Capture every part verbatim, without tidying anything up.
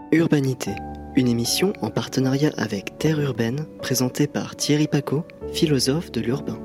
Urbanité, une émission en partenariat avec Terre Urbaine, présentée par Thierry Pacaud, philosophe de l'urbain.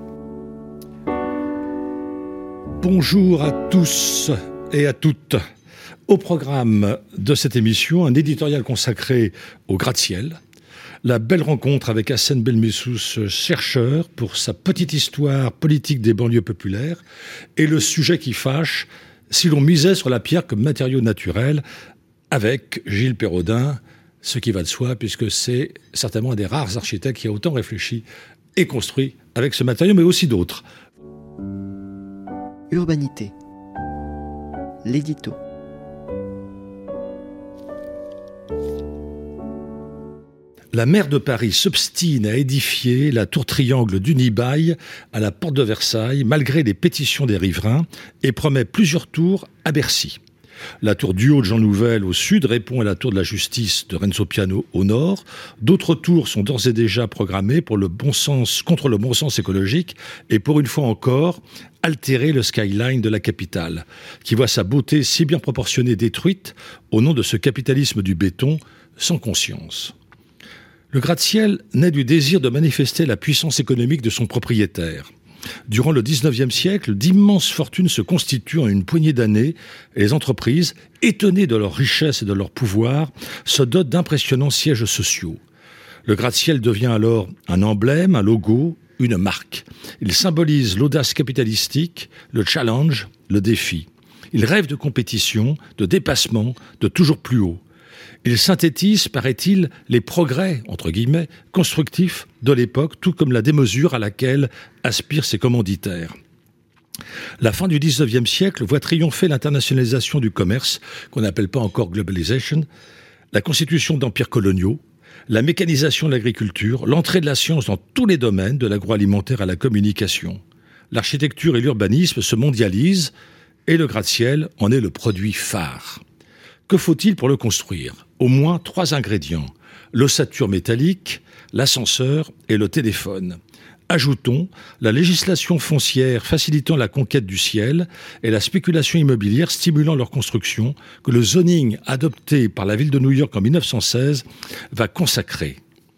Bonjour à tous et à toutes. Au programme de cette émission, un éditorial consacré au gratte-ciel, la belle rencontre avec Hassen Belmessous, chercheur, pour sa petite histoire politique des banlieues populaires, et le sujet qui fâche, si l'on misait sur la pierre comme matériau naturel, avec Gilles Pérodin, ce qui va de soi, puisque c'est certainement un des rares architectes qui a autant réfléchi et construit avec ce matériau, mais aussi d'autres. Urbanité, l'édito. La maire de Paris s'obstine à édifier la tour triangle d'Unibail à la porte de Versailles, malgré les pétitions des riverains, et promet plusieurs tours à Bercy. La tour du Haut de Jean Nouvel au sud répond à la tour de la Justice de Renzo Piano au nord. D'autres tours sont d'ores et déjà programmées pour le bon sens, contre le bon sens écologique et pour une fois encore altérer le skyline de la capitale, qui voit sa beauté si bien proportionnée détruite au nom de ce capitalisme du béton sans conscience. Le gratte-ciel naît du désir de manifester la puissance économique de son propriétaire. Durant le dix-neuvième siècle, d'immenses fortunes se constituent en une poignée d'années et les entreprises, étonnées de leur richesse et de leur pouvoir, se dotent d'impressionnants sièges sociaux. Le gratte-ciel devient alors un emblème, un logo, une marque. Il symbolise l'audace capitalistique, le challenge, le défi. Il rêve de compétition, de dépassement, de toujours plus haut. Il synthétise, paraît-il, les progrès, entre guillemets, constructifs de l'époque, tout comme la démesure à laquelle aspirent ses commanditaires. La fin du dix-neuvième siècle voit triompher l'internationalisation du commerce, qu'on n'appelle pas encore globalization, la constitution d'empires coloniaux, la mécanisation de l'agriculture, l'entrée de la science dans tous les domaines, de l'agroalimentaire à la communication. L'architecture et l'urbanisme se mondialisent et le gratte-ciel en est le produit phare. Que faut-il pour le construire ? Au moins trois ingrédients, l'ossature métallique, l'ascenseur et le téléphone. Ajoutons la législation foncière facilitant la conquête du ciel et la spéculation immobilière stimulant leur construction que le zoning adopté par la ville de New York en mille neuf cent seize va consacrer.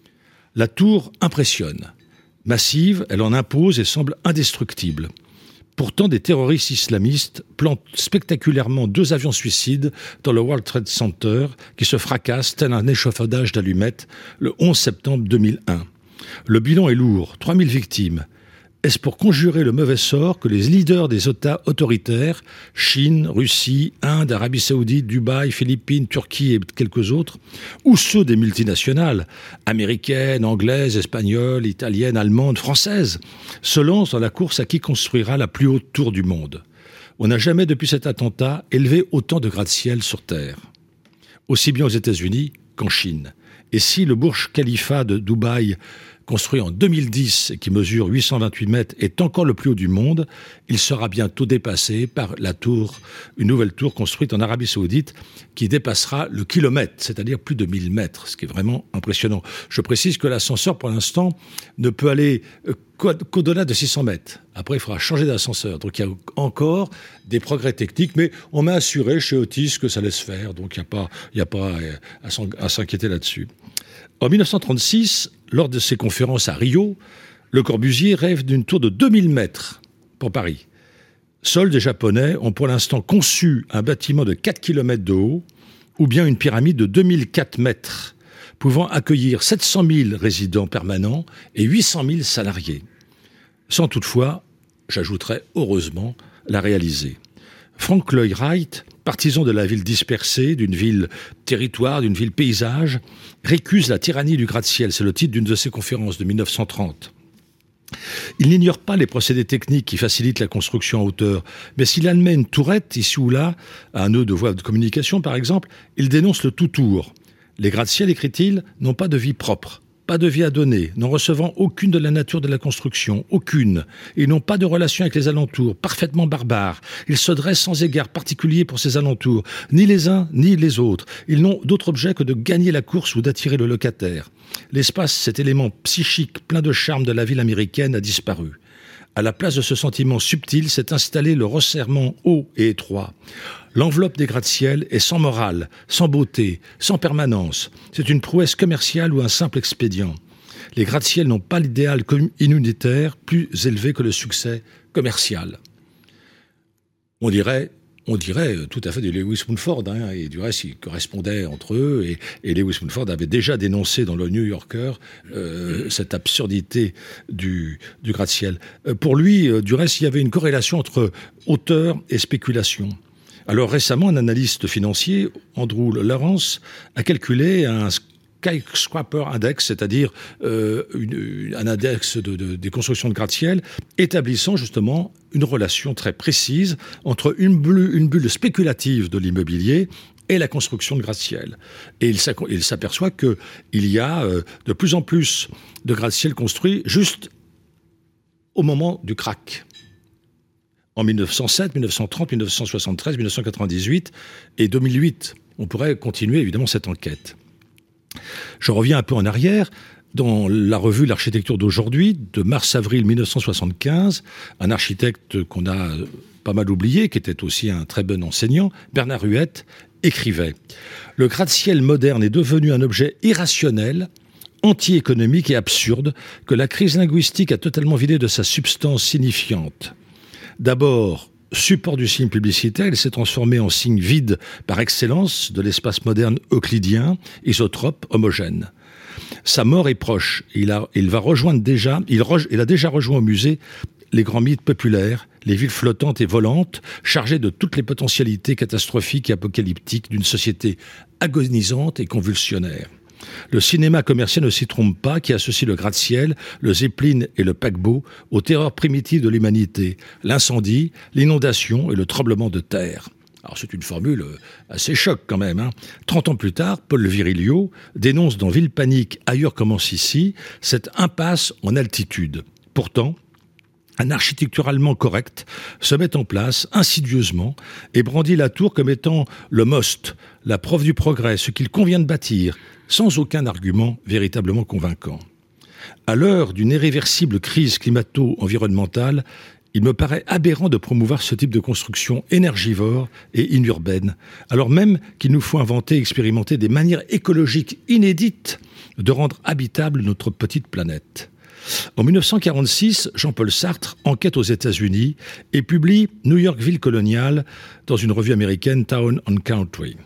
La tour impressionne. Massive, elle en impose et semble indestructible. Pourtant, des terroristes islamistes plantent spectaculairement deux avions suicides dans le World Trade Center qui se fracassent tel un échafaudage d'allumettes le onze septembre deux mille un. Le bilan est lourd, trois mille victimes. Est-ce pour conjurer le mauvais sort que les leaders des États autoritaires, Chine, Russie, Inde, Arabie Saoudite, Dubaï, Philippines, Turquie et quelques autres, ou ceux des multinationales, américaines, anglaises, espagnoles, italiennes, allemandes, françaises, se lancent dans la course à qui construira la plus haute tour du monde? On n'a jamais, depuis cet attentat, élevé autant de gratte-ciel sur Terre, aussi bien aux États-Unis qu'en Chine. Et si le Burj Khalifa de Dubaï, construit en deux mille dix et qui mesure huit cent vingt-huit mètres, est encore le plus haut du monde, il sera bientôt dépassé par la tour, une nouvelle tour construite en Arabie Saoudite qui dépassera le kilomètre, c'est-à-dire plus de mille mètres, ce qui est vraiment impressionnant. Je précise que l'ascenseur, pour l'instant, ne peut aller qu'au-delà de six cents mètres. Après, il faudra changer d'ascenseur. Donc, il y a encore des progrès techniques, mais on m'a assuré chez Otis que ça laisse faire, donc il n'y a pas, il n'y a pas à s'inquiéter là-dessus. En mille neuf cent trente-six, lors de ses conférences à Rio, Le Corbusier rêve d'une tour de deux mille mètres pour Paris. Seuls des Japonais ont pour l'instant conçu un bâtiment de quatre kilomètres de haut ou bien une pyramide de deux mille quatre mètres, pouvant accueillir sept cent mille résidents permanents et huit cent mille salariés. Sans toutefois, j'ajouterais heureusement, la réaliser. Frank Lloyd Wright, partisan de la ville dispersée, d'une ville territoire, d'une ville paysage, récuse la tyrannie du gratte-ciel. C'est le titre d'une de ses conférences de mille neuf cent trente. Il n'ignore pas les procédés techniques qui facilitent la construction en hauteur, mais s'il admet une tourette ici ou là, à un nœud de voie de communication par exemple, il dénonce le tout-tour. Les gratte-ciel, écrit-il, n'ont pas de vie propre. Pas de vie à donner, n'en recevant aucune de la nature de la construction, aucune. Ils n'ont pas de relation avec les alentours, parfaitement barbares. Ils se dressent sans égard particulier pour ces alentours, ni les uns ni les autres. Ils n'ont d'autre objet que de gagner la course ou d'attirer le locataire. L'espace, cet élément psychique plein de charme de la ville américaine, a disparu. À la place de ce sentiment subtil s'est installé le resserrement haut et étroit. L'enveloppe des gratte-ciel est sans morale, sans beauté, sans permanence. C'est une prouesse commerciale ou un simple expédient. Les gratte-ciel n'ont pas l'idéal immunitaire plus élevé que le succès commercial. On dirait, on dirait tout à fait de Lewis Mumford, hein, et du reste, ils correspondaient entre eux, et, et Lewis Mumford avait déjà dénoncé dans le New Yorker euh, cette absurdité du, du gratte-ciel. Euh, pour lui, euh, du reste, il y avait une corrélation entre hauteur et spéculation. Alors récemment, un analyste financier, Andrew Lawrence, a calculé un skyscraper index, c'est-à-dire euh, une, une, un index de, de, des constructions de gratte-ciel, établissant justement une relation très précise entre une bulle, une bulle spéculative de l'immobilier et la construction de gratte-ciel. Et il, il s'aperçoit qu'il y a euh, de plus en plus de gratte-ciel construits juste au moment du crack. En mille neuf cent sept, mille neuf cent trente, mille neuf cent soixante-treize, mille neuf cent quatre-vingt-dix-huit et deux mille huit. On pourrait continuer évidemment cette enquête. Je reviens un peu en arrière. Dans la revue L'Architecture d'aujourd'hui, de mars-avril mille neuf cent soixante-quinze, un architecte qu'on a pas mal oublié, qui était aussi un très bon enseignant, Bernard Huette, écrivait « Le gratte-ciel moderne est devenu un objet irrationnel, anti-économique et absurde, que la crise linguistique a totalement vidé de sa substance signifiante. D'abord, support du signe publicitaire, il s'est transformé en signe vide par excellence de l'espace moderne euclidien, isotrope, homogène. Sa mort est proche. Il, a, il va rejoindre déjà, il, re, il a déjà rejoint au musée les grands mythes populaires, les villes flottantes et volantes, chargées de toutes les potentialités catastrophiques et apocalyptiques d'une société agonisante et convulsionnaire. Le cinéma commercial ne s'y trompe pas, qui associe le gratte-ciel, le zeppelin et le paquebot aux terreurs primitives de l'humanité, l'incendie, l'inondation et le tremblement de terre. Alors c'est une formule assez choc quand même. Hein. Trente ans plus tard, Paul Virilio dénonce dans Ville panique, ailleurs commence ici, cette impasse en altitude. Pourtant, un architecturalement correct se met en place insidieusement et brandit la tour comme étant le most, la preuve du progrès, ce qu'il convient de bâtir, sans aucun argument véritablement convaincant. À l'heure d'une irréversible crise climato-environnementale, il me paraît aberrant de promouvoir ce type de construction énergivore et inurbaine, alors même qu'il nous faut inventer et expérimenter des manières écologiques inédites de rendre habitable notre petite planète. En mille neuf cent quarante-six, Jean-Paul Sartre enquête aux États-Unis et publie New York Ville coloniale dans une revue américaine Town and Country.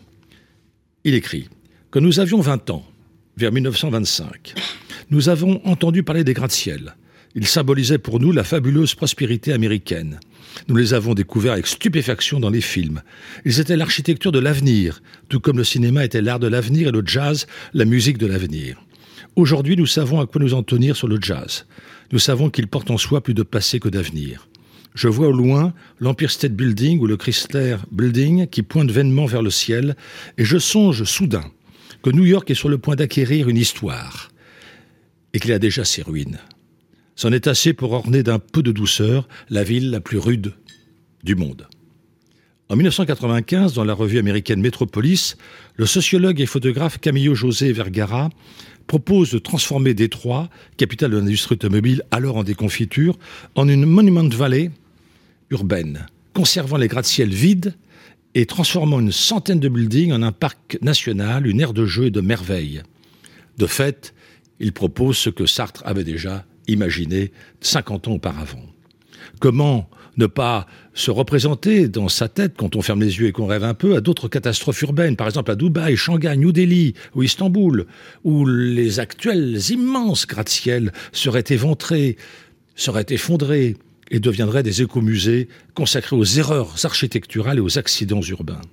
Il écrit « Quand nous avions vingt ans, vers mille neuf cent vingt-cinq, nous avons entendu parler des gratte-ciel. Ils symbolisaient pour nous la fabuleuse prospérité américaine. Nous les avons découverts avec stupéfaction dans les films. Ils étaient l'architecture de l'avenir, tout comme le cinéma était l'art de l'avenir et le jazz, la musique de l'avenir. Aujourd'hui, nous savons à quoi nous en tenir sur le jazz. Nous savons qu'il porte en soi plus de passé que d'avenir. Je vois au loin l'Empire State Building ou le Chrysler Building qui pointent vainement vers le ciel, et je songe soudain que New York est sur le point d'acquérir une histoire et qu'il a déjà ses ruines. C'en est assez pour orner d'un peu de douceur la ville la plus rude du monde. En mille neuf cent quatre-vingt-quinze, dans la revue américaine Metropolis, le sociologue et photographe Camillo José Vergara propose de transformer Détroit, capitale de l'industrie automobile alors en déconfiture, en une Monument Valley urbaine, conservant les gratte-ciel vides et transformant une centaine de buildings en un parc national, une aire de jeu et de merveilles. De fait, il propose ce que Sartre avait déjà imaginé cinquante ans auparavant. Comment ne pas se représenter dans sa tête, quand on ferme les yeux et qu'on rêve un peu, à d'autres catastrophes urbaines, par exemple à Dubaï, Shanghai, New Delhi ou Istanbul, où les actuels immenses gratte-ciel seraient éventrés, seraient effondrés et deviendraient des écomusées consacrés aux erreurs architecturales et aux accidents urbains.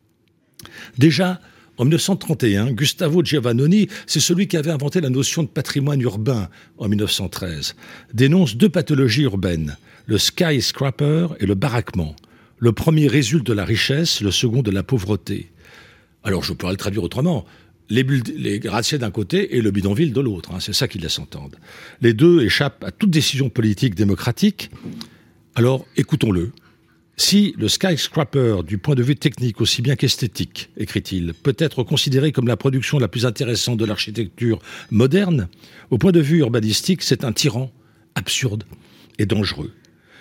Déjà, en mille neuf cent trente et un, Gustavo Giovannoni, c'est celui qui avait inventé la notion de patrimoine urbain en mille neuf cent treize, dénonce deux pathologies urbaines, le skyscraper et le baraquement. Le premier résulte de la richesse, le second de la pauvreté. Alors je pourrais le traduire autrement. Les, les gratte-ciel d'un côté et le bidonville de l'autre, hein, c'est ça qui laisse entendre. Les deux échappent à toute décision politique démocratique. Alors écoutons-le. Si le skyscraper, du point de vue technique aussi bien qu'esthétique, écrit-il, peut être considéré comme la production la plus intéressante de l'architecture moderne, au point de vue urbanistique, c'est un tyran absurde et dangereux.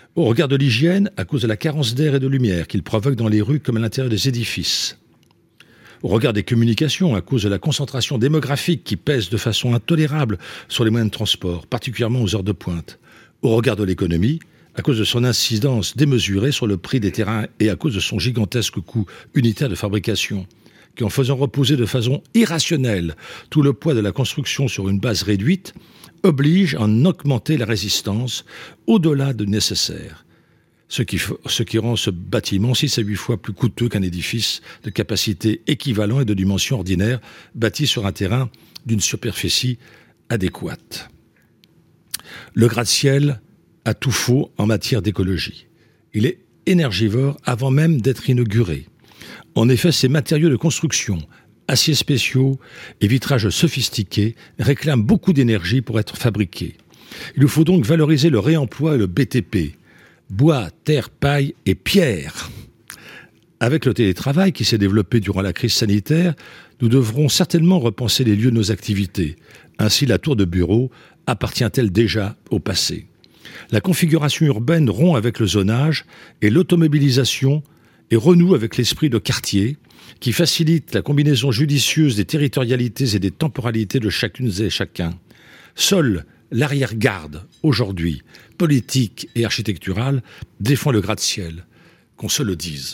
Au regard de l'hygiène, à cause de la carence d'air et de lumière qu'il provoque dans les rues comme à l'intérieur des édifices. Au regard des communications, à cause de la concentration démographique qui pèse de façon intolérable sur les moyens de transport, particulièrement aux heures de pointe. Au regard de l'économie, à cause de son incidence démesurée sur le prix des terrains et à cause de son gigantesque coût unitaire de fabrication, qui, en faisant reposer de façon irrationnelle tout le poids de la construction sur une base réduite, oblige à en augmenter la résistance au-delà de nécessaire. Ce qui, ce qui rend ce bâtiment six à huit fois plus coûteux qu'un édifice de capacité équivalent et de dimension ordinaire, bâti sur un terrain d'une superficie adéquate. Le gratte-ciel a tout faux en matière d'écologie. Il est énergivore avant même d'être inauguré. En effet, ces matériaux de construction, aciers spéciaux et vitrages sophistiqués réclament beaucoup d'énergie pour être fabriqués. Il nous faut donc valoriser le réemploi et le B T P, bois, terre, paille et pierre. Avec le télétravail qui s'est développé durant la crise sanitaire, nous devrons certainement repenser les lieux de nos activités. Ainsi, la tour de bureau appartient-elle déjà au passé. La configuration urbaine rompt avec le zonage et l'automobilisation et renoue avec l'esprit de quartier qui facilite la combinaison judicieuse des territorialités et des temporalités de chacune et chacun. Seule l'arrière-garde, aujourd'hui, politique et architecturale, défend le gratte-ciel, qu'on se le dise.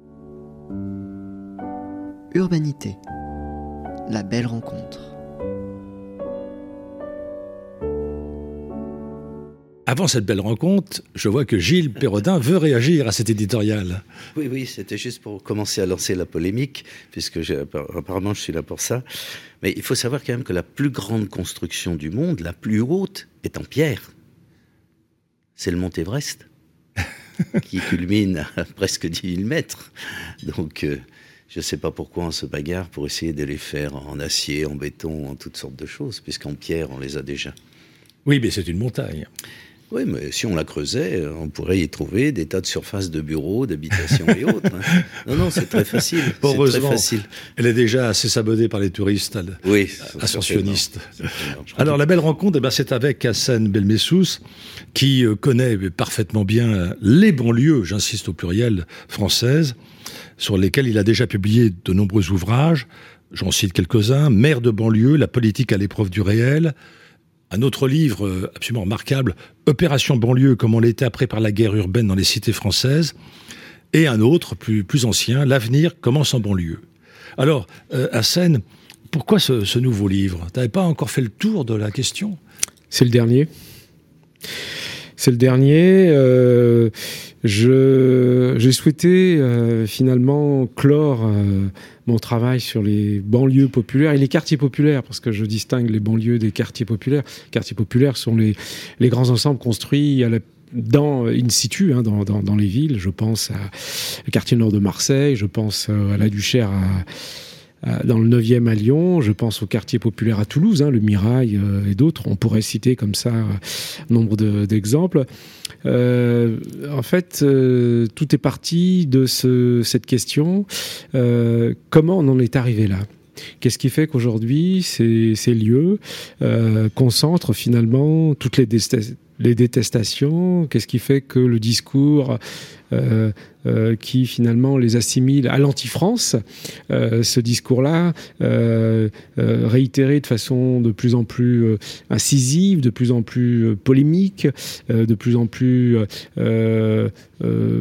Urbanité, la belle rencontre. Avant cette belle rencontre, je vois que Gilles Perrodin veut réagir à cet éditorial. Oui, oui, c'était juste pour commencer à lancer la polémique, puisque j'ai, apparemment je suis là pour ça. Mais il faut savoir quand même que la plus grande construction du monde, la plus haute, est en pierre. C'est le mont Everest, qui culmine à presque dix mille mètres. Donc, euh, je ne sais pas pourquoi on se bagarre pour essayer de les faire en acier, en béton, en toutes sortes de choses, puisqu'en pierre, on les a déjà. Oui, mais c'est une montagne. Oui, mais si on la creusait, on pourrait y trouver des tas de surfaces de bureaux, d'habitations et autres. Hein. Non, non, c'est très facile. Heureusement, c'est très facile. Elle est déjà assez sabotée par les touristes oui, ascensionnistes. Alors, la belle rencontre, eh ben, c'est avec Hassan Belmessous, qui connaît parfaitement bien les banlieues, j'insiste au pluriel, françaises, sur lesquelles il a déjà publié de nombreux ouvrages. J'en cite quelques-uns. Maire de banlieue, la politique à l'épreuve du réel. Un autre livre absolument remarquable, Opération banlieue, comment l'État prépare la guerre urbaine dans les cités françaises. Et un autre, plus, plus ancien, L'avenir commence en banlieue. Alors, euh, Hassan, pourquoi ce, ce nouveau livre ? Tu n'avais pas encore fait le tour de la question ? C'est le dernier. C'est le dernier. Euh, je, j'ai souhaité euh, finalement clore euh, mon travail sur les banlieues populaires et les quartiers populaires, parce que je distingue les banlieues des quartiers populaires. Les quartiers populaires sont les, les grands ensembles construits à la dans in situ, hein, dans, dans, dans les villes. Je pense à le quartier nord de Marseille, je pense à la Duchère à dans le neuvième à Lyon, je pense au quartier populaire à Toulouse, hein, le Mirail euh, et d'autres. On pourrait citer comme ça euh, nombre de, d'exemples. Euh, en fait, euh, tout est parti de ce, cette question. Euh, comment on en est arrivé là ? Qu'est-ce qui fait qu'aujourd'hui, ces, ces lieux euh, concentrent finalement toutes les, détest- les détestations ? Qu'est-ce qui fait que le discours euh, euh, qui finalement les assimile à l'anti-France, euh, ce discours-là, euh, euh, réitéré de façon de plus en plus euh, incisive, de plus en plus euh, polémique, euh, de plus en plus euh, euh,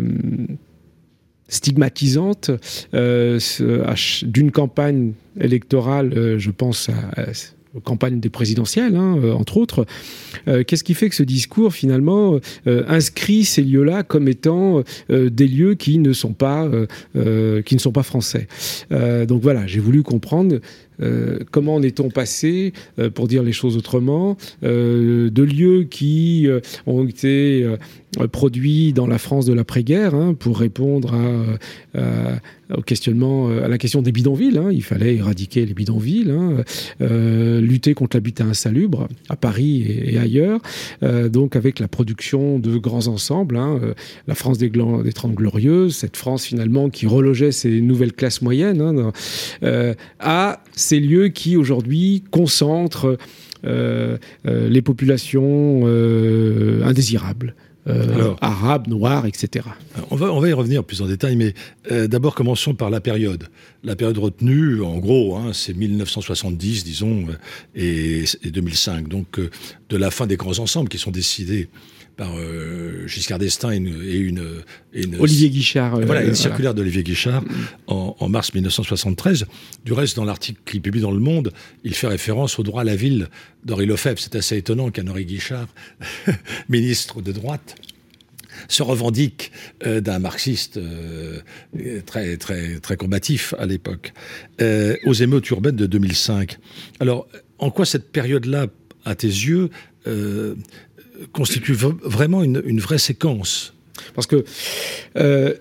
stigmatisante, euh, d'une campagne électorale, euh, je pense à, à aux campagnes des présidentielles, hein, euh, entre autres. Euh, qu'est-ce qui fait que ce discours, finalement, euh, inscrit ces lieux-là comme étant euh, des lieux qui ne sont pas, euh, euh, qui ne sont pas français. Euh, donc voilà, j'ai voulu comprendre Euh, comment en est-on passé, euh, pour dire les choses autrement, euh, de lieux qui euh, ont été euh, produits dans la France de l'après-guerre, hein, pour répondre à, à, au questionnement, à la question des bidonvilles. Hein. Il fallait éradiquer les bidonvilles, hein, euh, lutter contre l'habitat insalubre à Paris et, et ailleurs. Euh, donc avec la production de grands ensembles, hein, euh, la France des, glan- des Trente Glorieuses, cette France finalement qui relogeait ces nouvelles classes moyennes, hein, dans, euh, à ces lieux qui aujourd'hui concentrent euh, euh, les populations euh, indésirables. euh, Alors, arabes, noirs, et cetera. On va, on va y revenir plus en détail, mais euh, d'abord commençons par la période. La période retenue, en gros, hein, c'est mille neuf cent soixante-dix, disons, et, et deux mille cinq, donc euh, de la fin des grands ensembles qui sont décidés par euh, Giscard d'Estaing et une, et une, et une Olivier Guichard. Euh, voilà, une euh, circulaire voilà. d'Olivier Guichard en, en mars mille neuf cent soixante-treize. Du reste, dans l'article qu'il publie dans Le Monde, il fait référence au droit à la ville d'Henri Lefebvre. C'est assez étonnant qu'un Henri Guichard, ministre de droite, se revendique euh, d'un marxiste euh, très, très, très combatif à l'époque, euh, aux émeutes urbaines de deux mille cinq. Alors, en quoi cette période-là, à tes yeux, euh, constitue v- vraiment une, une vraie séquence? Parce que euh,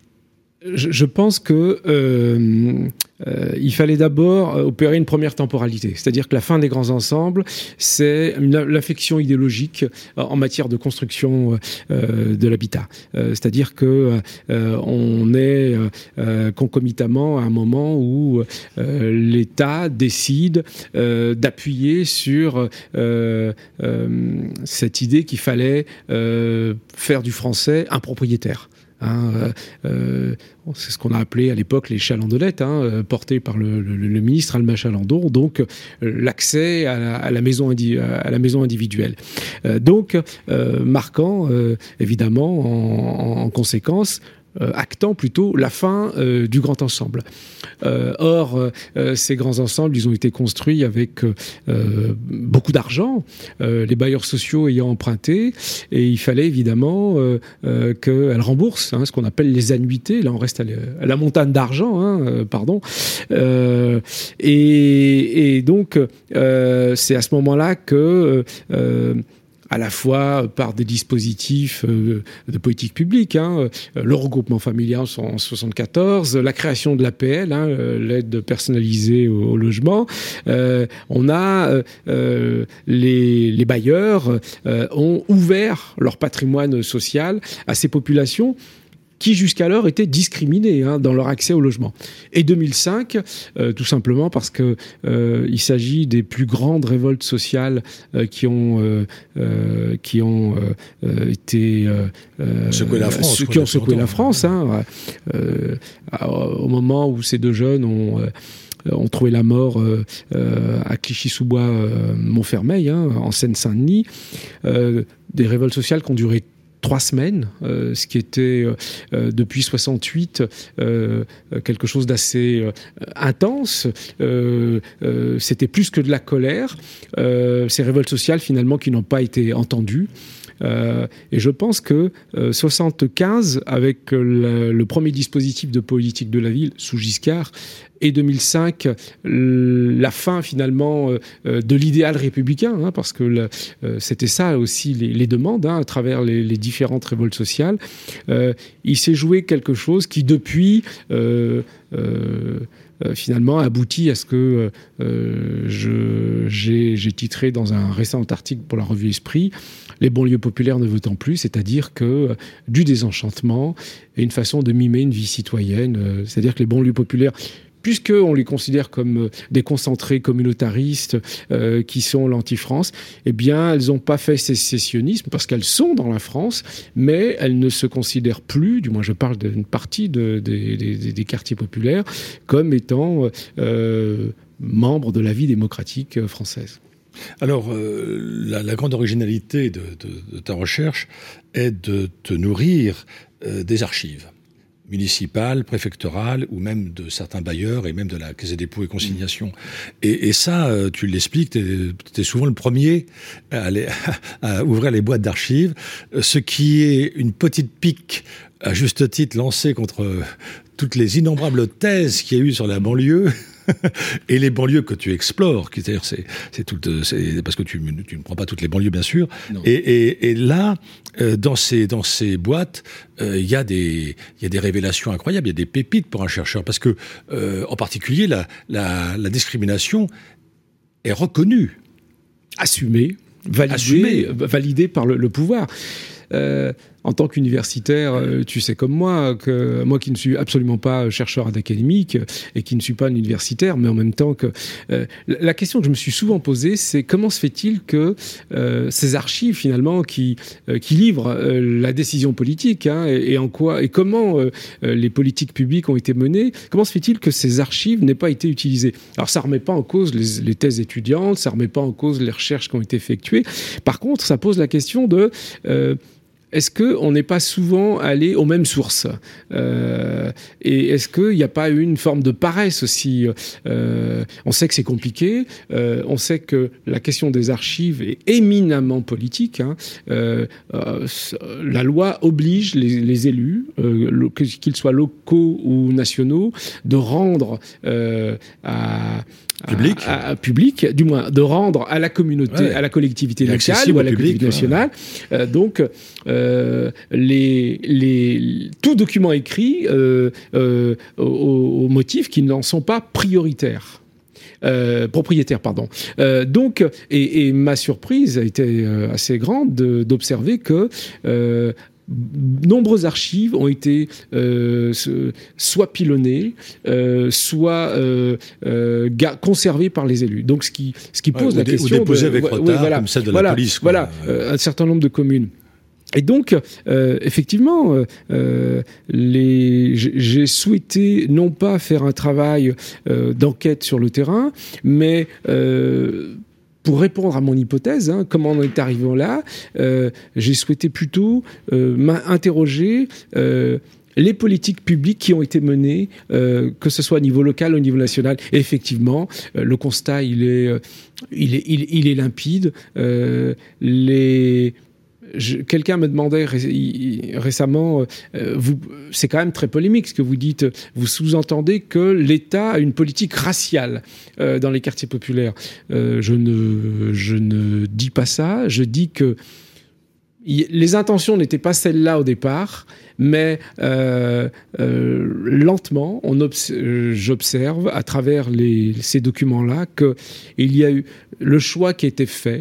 je, je pense que euh, euh, il fallait d'abord opérer une première temporalité, c'est-à-dire que la fin des grands ensembles, c'est une, l'affection idéologique en matière de construction euh, de l'habitat. Euh, c'est-à-dire que euh, on est euh, concomitamment à un moment où euh, l'État décide euh, d'appuyer sur euh, euh, cette idée qu'il fallait euh, faire du français un propriétaire. Hein, euh, c'est ce qu'on a appelé à l'époque les chalandonnettes, hein, portées par le, le, le ministre Alma Chalandon, donc euh, l'accès à la, à, la maison indi- à la maison individuelle. Euh, donc, euh, marquant euh, évidemment en, en conséquence, Euh, actant plutôt la fin euh, du grand ensemble. Euh, or, euh, ces grands ensembles, ils ont été construits avec euh, beaucoup d'argent, euh, les bailleurs sociaux ayant emprunté, et il fallait évidemment euh, euh, qu'elles remboursent hein, ce qu'on appelle les annuités. Là, on reste à la, à la montagne d'argent, hein, euh, pardon. Euh, et, et donc, euh, c'est à ce moment-là que euh, à la fois par des dispositifs euh, de politique publique, hein, le regroupement familial en soixante-quatorze, la création de l'A P L, hein, l'aide personnalisée au, au logement. Euh, on a euh, les, les bailleurs euh, ont ouvert leur patrimoine social à ces populations qui jusqu'alors étaient discriminés hein, dans leur accès au logement. Et deux mille cinq, euh, tout simplement parce que euh, il s'agit des plus grandes révoltes sociales euh, qui ont euh, euh, qui ont euh, été euh, secoué la France, qui ont secoué la France. Hein, euh, au moment où ces deux jeunes ont euh, ont trouvé la mort euh, euh, à Clichy-sous-Bois, euh, Montfermeil, hein, en Seine-Saint-Denis. Euh, des révoltes sociales qui ont duré trois semaines, euh, ce qui était euh, depuis soixante-huit euh, quelque chose d'assez euh, intense. Euh, euh, c'était plus que de la colère. Euh, ces révoltes sociales, finalement, qui n'ont pas été entendues. Euh, et je pense que euh, soixante-quinze, avec le, le premier dispositif de politique de la ville sous Giscard, et deux mille cinq, la fin finalement euh, de l'idéal républicain, hein, parce que le, euh, c'était ça aussi les, les demandes hein, à travers les, les différentes révoltes sociales. Euh, il s'est joué quelque chose qui depuis euh, euh, Euh, finalement aboutit à ce que euh, je, j'ai, j'ai titré dans un récent article pour la revue Esprit, les banlieues populaires ne votant plus, c'est-à-dire que euh, du désenchantement et une façon de mimer une vie citoyenne, euh, c'est-à-dire que les banlieues populaires, puisqu'on les considère comme des concentrés communautaristes euh, qui sont l'anti-France, eh bien, elles n'ont pas fait sécessionnisme parce qu'elles sont dans la France, mais elles ne se considèrent plus, du moins je parle d'une partie de, de, de, des quartiers populaires, comme étant euh, membres de la vie démocratique française. Alors, euh, la, la grande originalité de, de, de ta recherche est de te nourrir euh, des archives municipales, préfectorales, ou même de certains bailleurs, et même de la Caisse des dépôts et consignations. Et, et ça, tu l'expliques, tu es souvent le premier à, aller, à ouvrir les boîtes d'archives, ce qui est une petite pique, à juste titre, lancée contre toutes les innombrables thèses qu'il y a eu sur la banlieue, et les banlieues que tu explores, c'est-à-dire c'est, c'est tout, c'est parce que tu, tu ne prends pas toutes les banlieues bien sûr. Et, et, et là, euh, dans ces dans ces boîtes, il euh, y a des il y a des révélations incroyables, il y a des pépites pour un chercheur parce que euh, en particulier la, la la discrimination est reconnue, assumée, validée, assumée. validée par le, le pouvoir. euh, en tant qu'universitaire, euh, tu sais comme moi, que moi qui ne suis absolument pas chercheur académique et qui ne suis pas un universitaire, mais en même temps que... Euh, la question que je me suis souvent posée, c'est comment se fait-il que euh, ces archives, finalement, qui, euh, qui livrent euh, la décision politique, hein, et, et en quoi et comment euh, les politiques publiques ont été menées, comment se fait-il que ces archives n'aient pas été utilisées? Alors ça ne remet pas en cause les, les thèses étudiantes, ça ne remet pas en cause les recherches qui ont été effectuées. Par contre, ça pose la question de... Euh, Est-ce qu'on n'est pas souvent allé aux mêmes sources euh, Et est-ce qu'il n'y a pas une forme de paresse aussi euh, On sait que c'est compliqué, euh, on sait que la question des archives est éminemment politique. Hein. Euh, euh, la loi oblige les, les élus, euh, qu'ils soient locaux ou nationaux, de rendre euh, à... Public. À, à, public, du moins de rendre à la communauté, ouais. à la collectivité locale ou à la collectivité nationale. Ouais. Euh, donc, euh, les, les, tout document écrit euh, euh, au, au motif qu'ils n'en sont pas prioritaires. Euh, propriétaire, pardon. Euh, donc, et, et ma surprise a été euh, assez grande de, d'observer que euh, nombreuses archives ont été euh, soit pilonnées, euh, soit euh, euh, conservées par les élus. Donc, ce qui, ce qui pose ouais, la ou question... Ou déposées avec de, retard, ouais, voilà, comme celle de voilà, la police. Quoi. Voilà, euh, un certain nombre de communes. Et donc, euh, effectivement, euh, les, j'ai souhaité non pas faire un travail euh, d'enquête sur le terrain, mais... Euh, Pour répondre à mon hypothèse, hein, comment on est arrivé là, euh, j'ai souhaité plutôt euh, m'interroger euh, les politiques publiques qui ont été menées, euh, que ce soit au niveau local ou au niveau national. Et effectivement, euh, le constat, il est, euh, il est, il, il est limpide. Euh, les... Je, quelqu'un me demandait ré, récemment, euh, vous, c'est quand même très polémique ce que vous dites, vous sous-entendez que l'État a une politique raciale euh, dans les quartiers populaires. Euh, je, ne, je ne dis pas ça, je dis que y, les intentions n'étaient pas celles-là au départ, mais euh, euh, lentement, on obs- j'observe à travers les, ces documents-là qu'il y a eu le choix qui a été fait,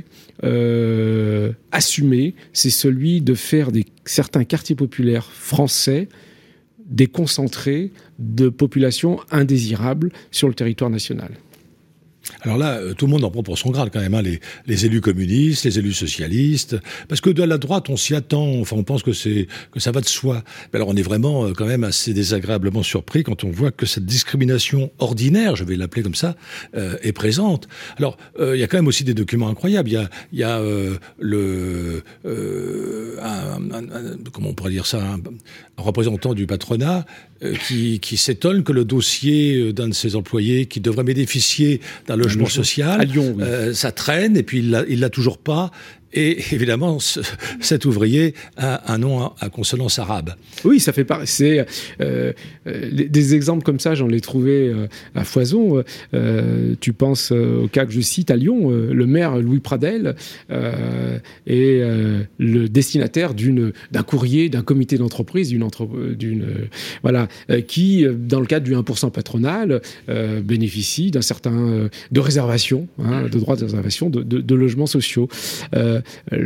euh, assumé, c'est celui de faire des, certains quartiers populaires français déconcentrés de populations indésirables sur le territoire national. Alors là, tout le monde en prend pour son grade quand même, hein, les, les élus communistes, les élus socialistes, parce que de la droite, on s'y attend, enfin on pense que, c'est, que ça va de soi. Mais alors on est vraiment quand même assez désagréablement surpris quand on voit que cette discrimination ordinaire, je vais l'appeler comme ça, euh, est présente. Alors, euh, il y a quand même aussi des documents incroyables. Il y a, il y a euh, le... Euh, un, un, un, comment on pourrait dire ça, un, un représentant du patronat euh, qui, qui s'étonne que le dossier d'un de ses employés qui devrait bénéficier d'un logement social, à Lyon, oui. euh, ça traîne et puis il l'a, il l'a toujours pas. Et évidemment, ce, cet ouvrier a un nom à, à consonance arabe. Oui, ça fait partie. C'est euh, euh, des exemples comme ça, j'en ai trouvé euh, à foison. Euh, tu penses euh, au cas que je cite à Lyon, euh, le maire Louis Pradel euh, est euh, le destinataire d'une d'un courrier d'un comité d'entreprise, d'une entre, d'une euh, voilà, euh, qui dans le cadre du un pour cent patronal euh, bénéficie d'un certain euh, de réservation, hein, de droits de réservation de, de, de logements sociaux. Euh,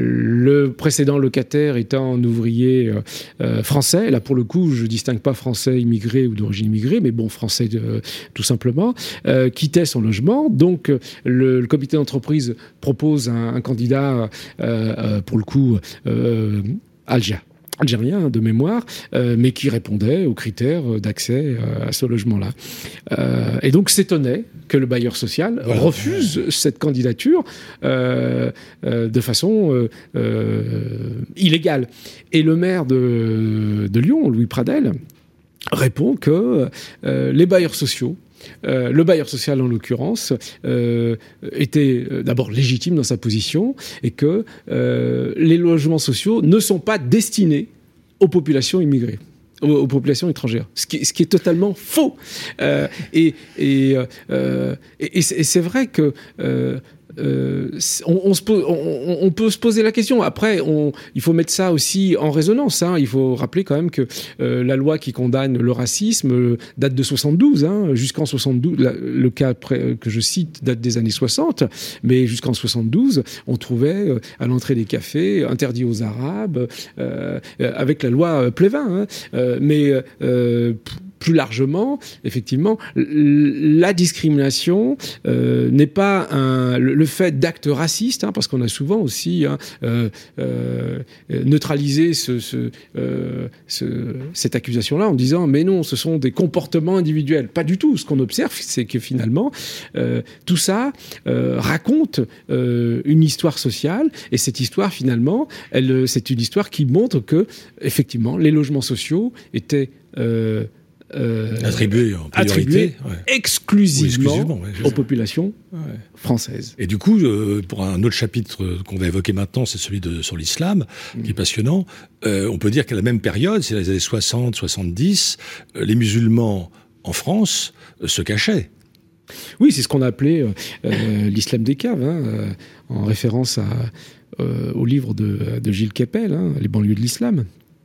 Le précédent locataire étant un ouvrier euh, euh, français, là pour le coup je distingue pas français immigré ou d'origine immigrée, mais bon français de, tout simplement, euh, quittait son logement, donc le, le comité d'entreprise propose un, un candidat euh, euh, pour le coup euh, algérien. algérien de mémoire, euh, mais qui répondait aux critères d'accès euh, à ce logement-là. Euh, et donc s'étonnait que le bailleur social voilà. refuse cette candidature euh, euh, de façon euh, euh, illégale. Et le maire de, de Lyon, Louis Pradel, répond que euh, les bailleurs sociaux, Euh, le bailleur social, en l'occurrence, euh, était euh, d'abord légitime dans sa position et que euh, les logements sociaux ne sont pas destinés aux populations immigrées, aux, aux populations étrangères, ce qui, ce qui est totalement faux. Euh, et, et, euh, et, et, c'est, et c'est vrai que euh, euh, on, on, se pose, on, on peut se poser la question. Après, on, il faut mettre ça aussi en résonance. Hein. Il faut rappeler quand même que euh, la loi qui condamne le racisme euh, date de soixante-douze. Hein. Jusqu'en soixante-douze, la, le cas pré, que je cite date des années soixante, mais jusqu'en soixante-douze, on trouvait euh, à l'entrée des cafés interdit aux Arabes, euh, avec la loi Plévin. Hein. Euh, mais euh, plus largement, effectivement, la discrimination euh, n'est pas un, le, le fait d'actes racistes, hein, parce qu'on a souvent aussi hein, euh, euh, neutralisé ce, ce, euh, ce, cette accusation-là en disant mais non, ce sont des comportements individuels. Pas du tout. Ce qu'on observe, c'est que finalement, euh, tout ça euh, raconte euh, une histoire sociale, et cette histoire, finalement, elle, c'est une histoire qui montre que, effectivement, les logements sociaux étaient euh, Euh, attribué en priorité, attribué ouais. exclusivement, exclusivement ouais, aux ça. populations ouais. françaises. Et du coup, euh, pour un autre chapitre qu'on va évoquer maintenant, c'est celui de, sur l'islam, mmh. qui est passionnant. Euh, on peut dire qu'à la même période, c'est les années soixante soixante-dix, euh, les musulmans en France euh, se cachaient. Oui, c'est ce qu'on a appelé euh, euh, l'islam des caves, hein, euh, en référence à, euh, au livre de, de Gilles Kepel, hein, Les banlieues de l'islam.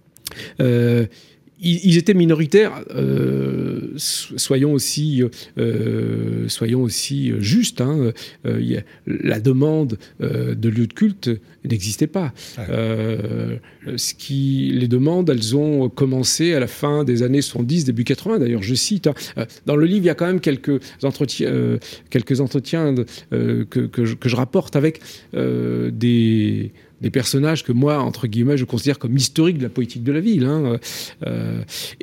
Euh, Ils étaient minoritaires, euh, soyons aussi, euh, soyons aussi justes. Hein. Euh, y a, la demande euh, de lieux de culte n'existait pas. Ouais. Euh, ce qui, les demandes, elles ont commencé à la fin des années soixante-dix, début quatre-vingts. D'ailleurs, je cite. Hein, dans le livre, il y a quand même quelques entretiens, euh, quelques entretiens de, euh, que, que, je, que je rapporte avec euh, des des personnages que moi, entre guillemets, je considère comme historiques de la politique de la ville. Hein. Euh,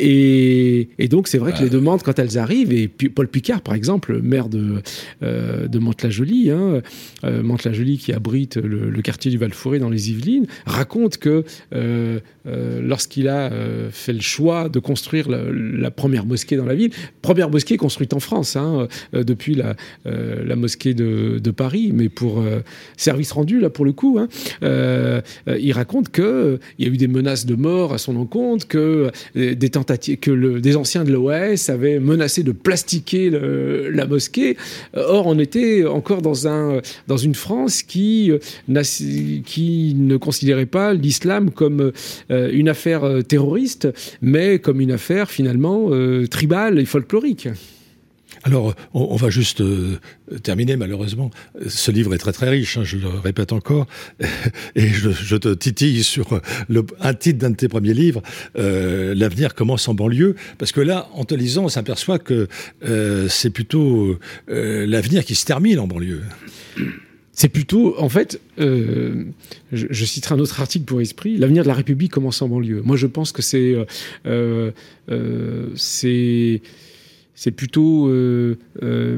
et, et donc, c'est vrai que les demandes, quand elles arrivent, et puis Paul Picard, par exemple, maire de, euh, de Mantes-la-Jolie, hein, euh, Mantes-la-Jolie qui abrite le, le quartier du Val-Fouré dans les Yvelines, raconte que euh, euh, lorsqu'il a euh, fait le choix de construire la, la première mosquée dans la ville, première mosquée construite en France, hein, euh, depuis la, euh, la mosquée de, de Paris, mais pour euh, service rendu, là, pour le coup, hein, euh, Euh, euh, il raconte qu'il euh, y a eu des menaces de mort à son encontre, que, euh, des, tentatives, que le, des anciens de l'O A S avaient menacé de plastiquer le, la mosquée. Or, on était encore dans, un, dans une France qui, euh, qui ne considérait pas l'islam comme euh, une affaire terroriste, mais comme une affaire finalement euh, tribale et folklorique. Alors, on, on va juste euh, terminer, malheureusement. Ce livre est très très riche, hein, je le répète encore, et je, je te titille sur le, un titre d'un de tes premiers livres, euh, L'avenir commence en banlieue, parce que là, en te lisant, on s'aperçoit que euh, c'est plutôt euh, l'avenir qui se termine en banlieue. C'est plutôt, en fait, euh, je, je citerai un autre article pour Esprit, l'avenir de la République commence en banlieue. Moi, je pense que c'est... Euh, euh, c'est C'est plutôt euh, euh,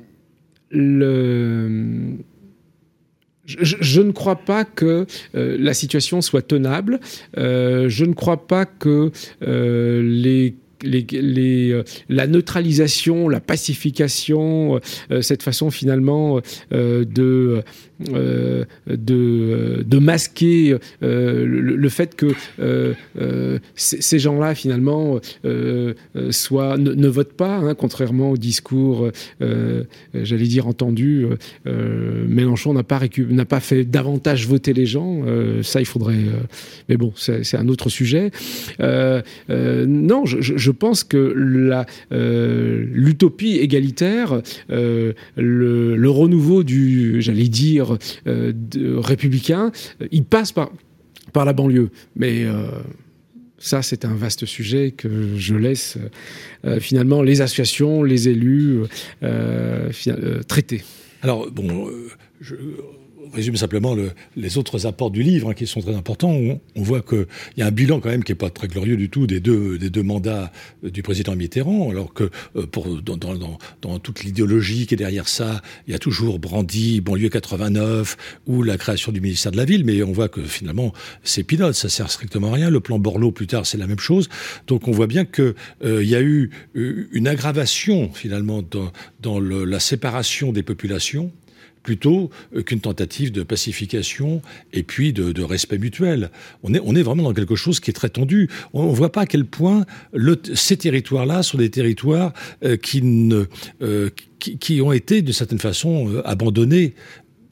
le. Je, je ne crois pas que euh, la situation soit tenable. Euh, je ne crois pas que euh, les Les, les, euh, la neutralisation, la pacification, euh, cette façon finalement euh, de, euh, de, de masquer euh, le, le fait que euh, euh, c- ces gens-là finalement euh, soient, ne, ne votent pas, hein, contrairement au discours, euh, j'allais dire entendu, euh, Mélenchon n'a pas, récu- n'a pas fait davantage voter les gens, euh, ça il faudrait... Euh, mais bon, c'est, c'est un autre sujet. Euh, euh, non, je, je Je pense que la, euh, l'utopie égalitaire, euh, le, le renouveau du, j'allais dire, euh, de, républicain, il passe par, par la banlieue. Mais euh, ça, c'est un vaste sujet que je laisse euh, finalement les associations, les élus euh, euh, traiter. Alors, bon, euh, je... résume simplement le, les autres apports du livre, hein, qui sont très importants. On, on voit qu'il y a un bilan quand même qui n'est pas très glorieux du tout des deux, des deux mandats du président Mitterrand, alors que euh, pour, dans, dans, dans, dans toute l'idéologie qui est derrière ça, il y a toujours brandi banlieue quatre-vingt-neuf ou la création du ministère de la Ville, mais on voit que finalement c'est pilote, ça sert strictement à rien. Le plan Borloo plus tard, c'est la même chose. Donc on voit bien qu'il euh, y a eu une aggravation finalement dans, dans le, la séparation des populations, plutôt qu'une tentative de pacification et puis de, de respect mutuel. On est, on est vraiment dans quelque chose qui est très tendu. On ne voit pas à quel point le, ces territoires-là sont des territoires euh, qui, ne, euh, qui, qui ont été, d'une certaine façon, euh, abandonnés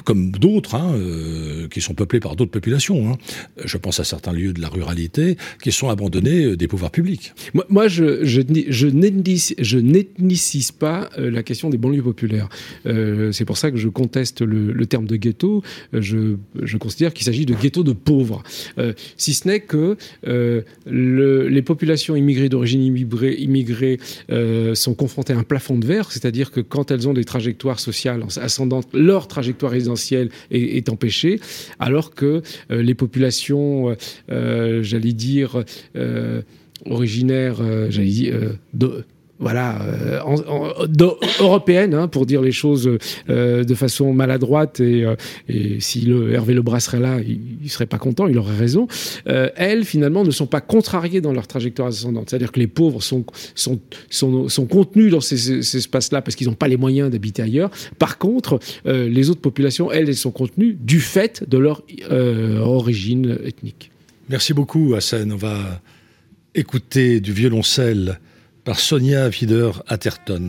comme d'autres, hein, euh, qui sont peuplés par d'autres populations. Hein. Je pense à certains lieux de la ruralité qui sont abandonnés des pouvoirs publics. Moi, moi je, je, je, n'ethnicis, je n'ethnicise pas euh, la question des banlieues populaires. Euh, c'est pour ça que je conteste le, le terme de ghetto. Je, je considère qu'il s'agit de ghetto de pauvres. Euh, si ce n'est que euh, le, les populations immigrées d'origine immigrée, immigrée euh, sont confrontées à un plafond de verre, c'est-à-dire que quand elles ont des trajectoires sociales ascendantes, leur trajectoire résidentielle est, est empêchée, alors que euh, les populations, euh, j'allais dire, euh, originaires, euh, j'allais dire, euh, de, voilà, euh, en, en, de, européenne, hein, pour dire les choses euh, de façon maladroite, et, euh, et si le, Hervé Lebras serait là, il, il serait pas content, il aurait raison. Euh, elles, finalement, ne sont pas contrariées dans leur trajectoire ascendante. C'est-à-dire que les pauvres sont, sont, sont, sont contenus dans ces, ces, ces espaces-là parce qu'ils n'ont pas les moyens d'habiter ailleurs. Par contre, euh, les autres populations, elles, elles sont contenues du fait de leur euh, origine ethnique. Merci beaucoup, Hassen. On va écouter du violoncelle par Sonia Wider-Atherton.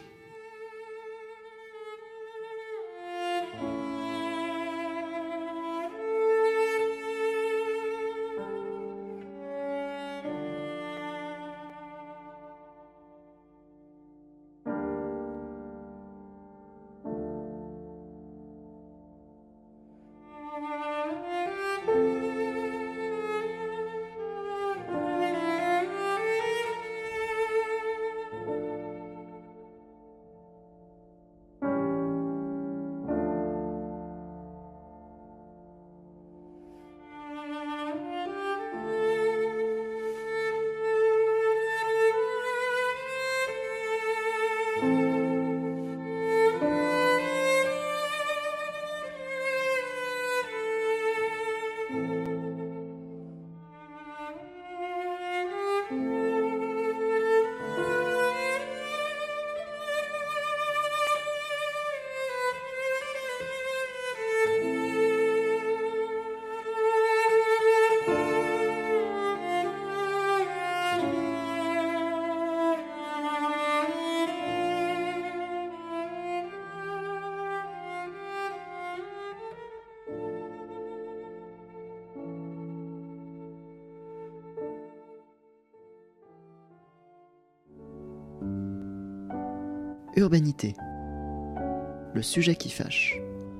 Urbanité. Le sujet qui fâche.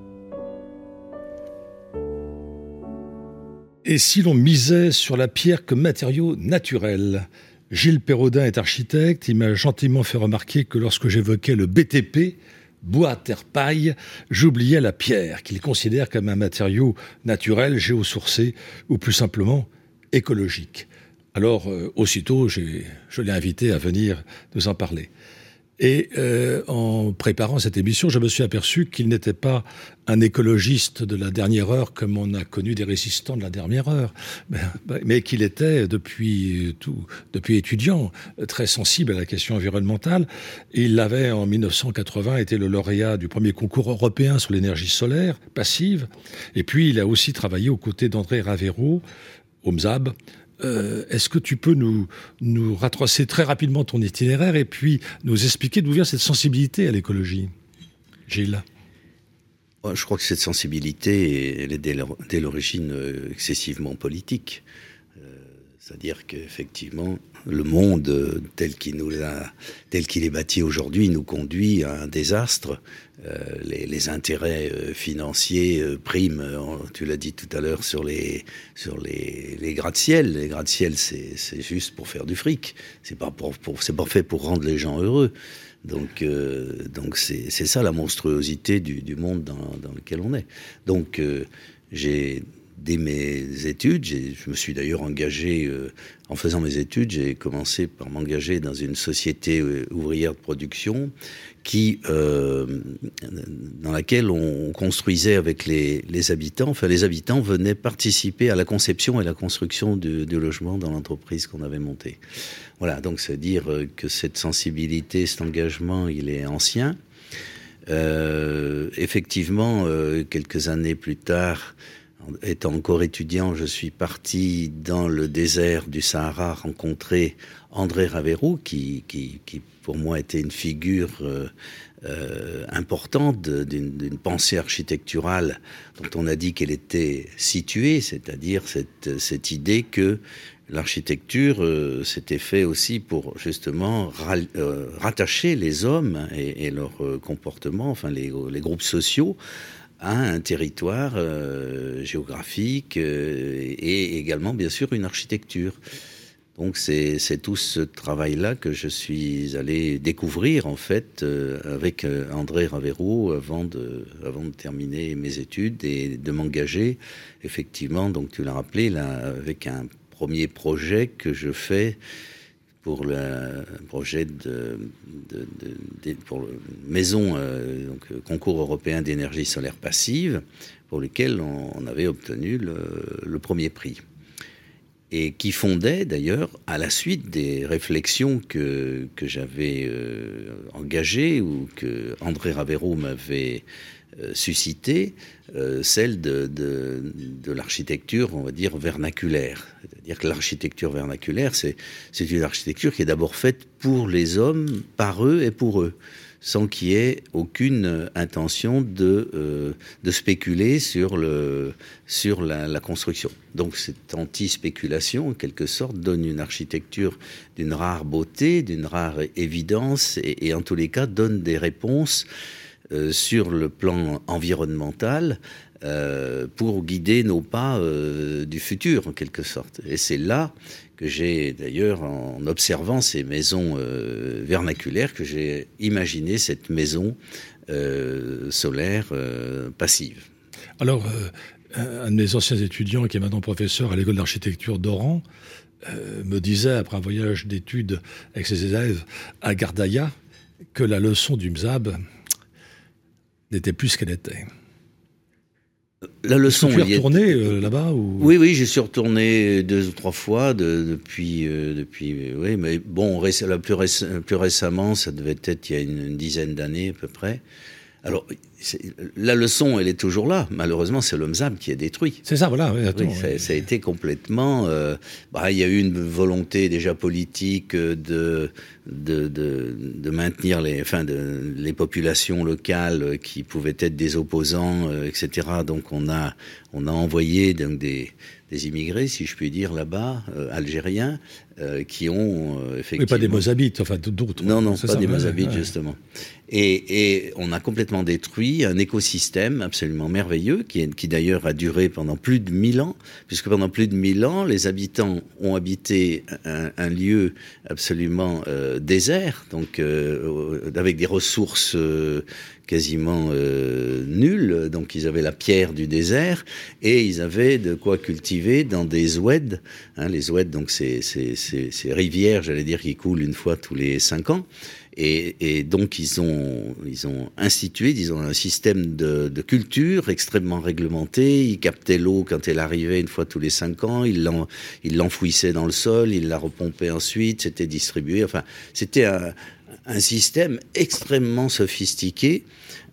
Et si l'on misait sur la pierre comme matériau naturel ? Gilles Perrodin est architecte. Il m'a gentiment fait remarquer que lorsque j'évoquais le B T P, bois, terre, paille, j'oubliais la pierre, qu'il considère comme un matériau naturel, géosourcé, ou plus simplement écologique. Alors, euh, aussitôt, j'ai, je l'ai invité à venir nous en parler. Et euh, en préparant cette émission, je me suis aperçu qu'il n'était pas un écologiste de la dernière heure, comme on a connu des résistants de la dernière heure, mais, mais qu'il était, depuis, tout, depuis étudiant, très sensible à la question environnementale. Et il avait, en mille neuf cent quatre-vingts, été le lauréat du premier concours européen sur l'énergie solaire passive. Et puis, il a aussi travaillé aux côtés d'André Ravero, au M S A B. Euh, est-ce que tu peux nous, nous retracer très rapidement ton itinéraire et puis nous expliquer d'où vient cette sensibilité à l'écologie, Gilles ? Je crois que cette sensibilité, elle est dès l'origine excessivement politique. Euh, c'est-à-dire qu'effectivement, le monde tel qu'il nous a, tel qu'il est bâti aujourd'hui nous conduit à un désastre. Euh, les, les intérêts euh, financiers euh, priment, euh, tu l'as dit tout à l'heure, sur les sur les, les gratte-ciel. Les gratte-ciel, c'est c'est juste pour faire du fric. C'est pas pour, pour c'est pas fait pour rendre les gens heureux. Donc euh, donc c'est c'est ça la monstruosité du du monde dans dans lequel on est. Donc euh, j'ai dès mes études, j'ai, je me suis d'ailleurs engagé, euh, en faisant mes études, j'ai commencé par m'engager dans une société euh, ouvrière de production qui, euh, dans laquelle on construisait avec les, les habitants, enfin les habitants venaient participer à la conception et la construction du, du logement dans l'entreprise qu'on avait montée. Voilà, donc c'est dire que cette sensibilité, cet engagement, il est ancien. Euh, effectivement, euh, quelques années plus tard, étant encore étudiant, je suis parti dans le désert du Sahara rencontrer André Ravero, qui, qui, qui pour moi était une figure euh, euh, importante d'une, d'une pensée architecturale dont on a dit qu'elle était située, c'est-à-dire cette, cette idée que l'architecture euh, s'était fait aussi pour justement ra- euh, rattacher les hommes et, et leur euh, comportement, enfin les, les groupes sociaux, à un territoire euh, géographique euh, et également bien sûr une architecture. Donc c'est, c'est tout ce travail-là que je suis allé découvrir en fait euh, avec euh, André Ravero avant de, avant de terminer mes études et de m'engager effectivement, donc tu l'as rappelé, là, avec un premier projet que je fais pour le projet de, de, de, de pour le maison euh, donc concours européen d'énergie solaire passive pour lequel on, on avait obtenu le, le premier prix et qui fondait d'ailleurs à la suite des réflexions que que j'avais euh, engagées ou que André Ravero m'avait euh, suscité, euh, celle de, de de l'architecture, on va dire vernaculaire. C'est-à-dire que l'architecture vernaculaire, c'est c'est une architecture qui est d'abord faite pour les hommes, par eux et pour eux, sans qu'il y ait aucune intention de euh, de spéculer sur le sur la, la construction. Donc cette anti-spéculation, en quelque sorte, donne une architecture d'une rare beauté, d'une rare évidence, et, et en tous les cas donne des réponses euh, sur le plan environnemental euh, pour guider nos pas euh, du futur, en quelque sorte. Et c'est là que j'ai d'ailleurs, en observant ces maisons euh, vernaculaires, que j'ai imaginé cette maison euh, solaire euh, passive. Alors, euh, un de mes anciens étudiants, qui est maintenant professeur à l'école d'architecture d'Oran, euh, me disait, après un voyage d'études avec ses élèves à Gardaïa, que la leçon du Mzab n'était plus ce qu'elle était. La leçon. Tu es retourné euh, là-bas ou... Oui, oui, j'y suis retourné deux ou trois fois de, depuis, euh, depuis, euh, oui, mais bon, réc- la plus, réc- plus récemment, ça devait être il y a une, une dizaine d'années à peu près. Alors, c'est, la leçon, elle est toujours là. Malheureusement, c'est le Mzab qui est détruit. C'est ça, voilà. Oui, attends, oui, ça, ouais. ça a été complètement. Euh, bah, il y a eu une volonté déjà politique de de de, de maintenir les, enfin, de, les populations locales qui pouvaient être des opposants, euh, et cetera. Donc, on a on a envoyé donc des des immigrés, si je puis dire, là-bas, euh, algériens, euh, qui ont euh, effectivement... Mais pas des Mozabites, enfin d'autres. Non, non, c'est pas ça, des ouais, Mozabites, ouais. justement. Et, et on a complètement détruit un écosystème absolument merveilleux, qui, est, qui d'ailleurs a duré pendant plus de mille ans, puisque pendant plus de mille ans, les habitants ont habité un, un lieu absolument euh, désert, donc euh, avec des ressources... Euh, quasiment euh, nul, donc ils avaient la pierre du désert et ils avaient de quoi cultiver dans des oueds, hein, les oueds, donc c'est c'est c'est ces rivières, j'allais dire, qui coulent une fois tous les cinq ans. Et, et donc ils ont ils ont institué, disons, un système de, de culture extrêmement réglementé. Ils captaient l'eau quand elle arrivait une fois tous les cinq ans. Ils l'en, ils l'enfouissaient dans le sol, ils la repompaient ensuite. C'était distribué. Enfin, c'était un, un système extrêmement sophistiqué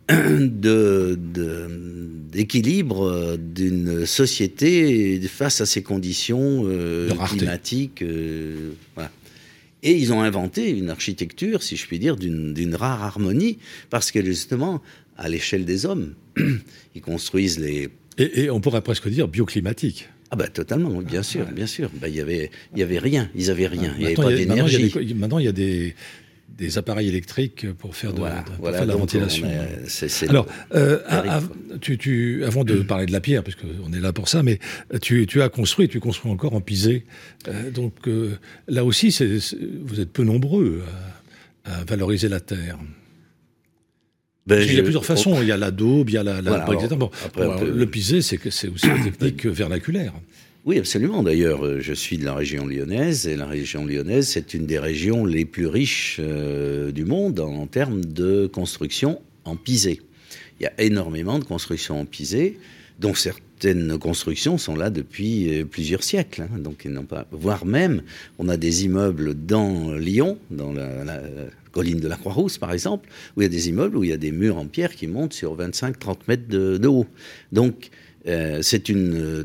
de, de d'équilibre d'une société face à ces conditions euh, climatiques. Euh, voilà. Et ils ont inventé une architecture, si je puis dire, d'une, d'une rare harmonie, parce que justement, à l'échelle des hommes, ils construisent les... Et, et on pourrait presque dire bioclimatique. Ah ben totalement, bien sûr, ouais. bien sûr. Ben, il y avait, il y avait rien, ils avaient rien, Ah, il n'y avait pas il y a, d'énergie. Maintenant, il y a des, maintenant, il y a des, des appareils électriques pour faire de, voilà, de, pour voilà, faire de la donc, ventilation. a, c'est, c'est Alors, euh, terrible, av- tu, tu, avant de parler de la pierre, parce qu'on est là pour ça, mais tu, tu as construit, tu construis encore en pisé. Euh, donc euh, là aussi, c'est, c'est, vous êtes peu nombreux à, à valoriser la terre. Ben, il y a plusieurs façons. On... Il y a la daube, il y a la, la voilà, brique. alors, Bon, après, bon, peut... le pisé, c'est que c'est aussi une technique vernaculaire. Oui, absolument. D'ailleurs, je suis de la région lyonnaise, et la région lyonnaise, c'est une des régions les plus riches euh, du monde en termes de construction en pisé. Il y a énormément de constructions en pisé, dont certaines constructions sont là depuis euh, plusieurs siècles. Hein, donc, ils n'ont pas, voire même, on a des immeubles dans Lyon, dans la, la, la colline de la Croix-Rousse, par exemple, où il y a des immeubles où il y a des murs en pierre qui montent sur vingt-cinq à trente mètres de, de haut. Donc, Euh, c'est une,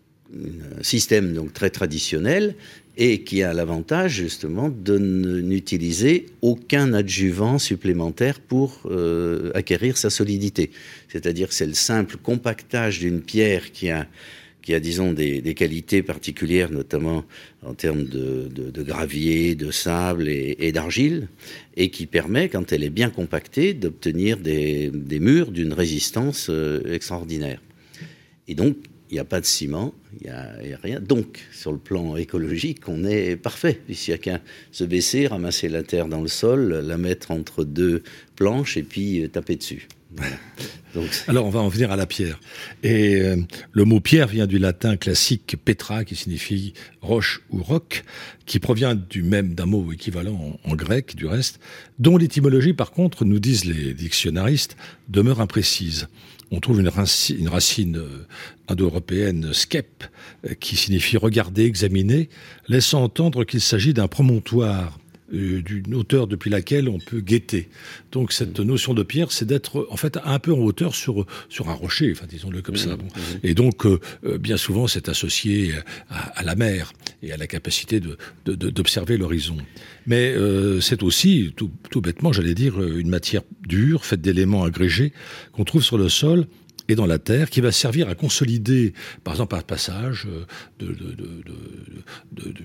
un système donc très traditionnel et qui a l'avantage justement de n'utiliser aucun adjuvant supplémentaire pour euh, acquérir sa solidité. C'est-à-dire que c'est le simple compactage d'une pierre qui a, qui a disons, des, des qualités particulières, notamment en termes de, de, de gravier, de sable et, et d'argile, et qui permet, quand elle est bien compactée, d'obtenir des, des murs d'une résistance euh, extraordinaire. Et donc, il n'y a pas de ciment, il n'y a, a rien. Donc, sur le plan écologique, on est parfait. Il n'y a qu'à se baisser, ramasser la terre dans le sol, la mettre entre deux planches et puis euh, taper dessus. Voilà. Donc, alors, on va en venir à la pierre. Et euh, le mot pierre vient du latin classique petra, qui signifie roche ou roc, qui provient du même d'un mot équivalent en, en grec, du reste, dont l'étymologie, par contre, nous disent les dictionnaristes, demeure imprécise. On trouve une racine, une racine euh, indo-européenne skep, euh, qui signifie regarder, examiner, laissant entendre qu'il s'agit d'un promontoire, euh, d'une hauteur depuis laquelle on peut guetter. Donc cette notion de pierre, c'est d'être en fait un peu en hauteur sur sur un rocher, enfin disons-le comme ça. Bon. Et donc euh, bien souvent, c'est associé à, à la mer et à la capacité de, de, de d'observer l'horizon. Mais euh, c'est aussi, tout, tout bêtement, j'allais dire, une matière dure, faite d'éléments agrégés qu'on trouve sur le sol et dans la terre, qui va servir à consolider, par exemple, un passage de, de, de, de, de, de, de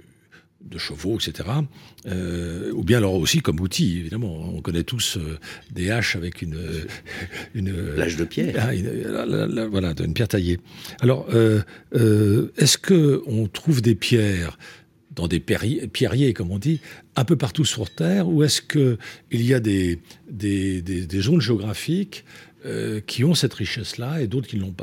de chevaux, et cetera. Euh, ou bien alors aussi comme outil, évidemment. On connaît tous euh, des haches avec une... une l'âge de pierre. Ah, une, la, la, la, voilà, une pierre taillée. Alors, euh, euh, est-ce qu'on trouve des pierres dans des pierriers, pierriers, comme on dit, un peu partout sur Terre, ou est-ce qu'il y a des, des, des, des zones géographiques euh, qui ont cette richesse-là et d'autres qui ne l'ont pas ?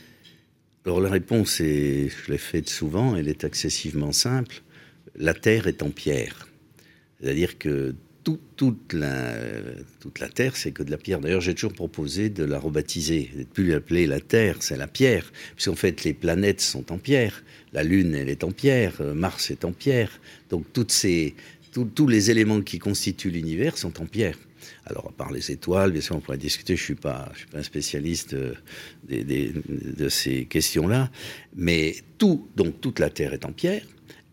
Alors la réponse, est, je l'ai faite souvent, elle est excessivement simple. La terre est en pierre. C'est-à-dire que tout, toute, la, toute la terre, c'est que de la pierre. D'ailleurs, j'ai toujours proposé de la rebaptiser, de ne plus l'appeler la terre, c'est la pierre. Puisqu'en fait, les planètes sont en pierre. La Lune, elle est en pierre. Mars est en pierre. Donc, toutes ces, tous les éléments qui constituent l'univers sont en pierre. Alors, à part les étoiles, bien sûr, on pourrait discuter. Je ne suis pas, je suis pas un spécialiste de, de, de, de ces questions-là. Mais tout, donc, toute la terre est en pierre.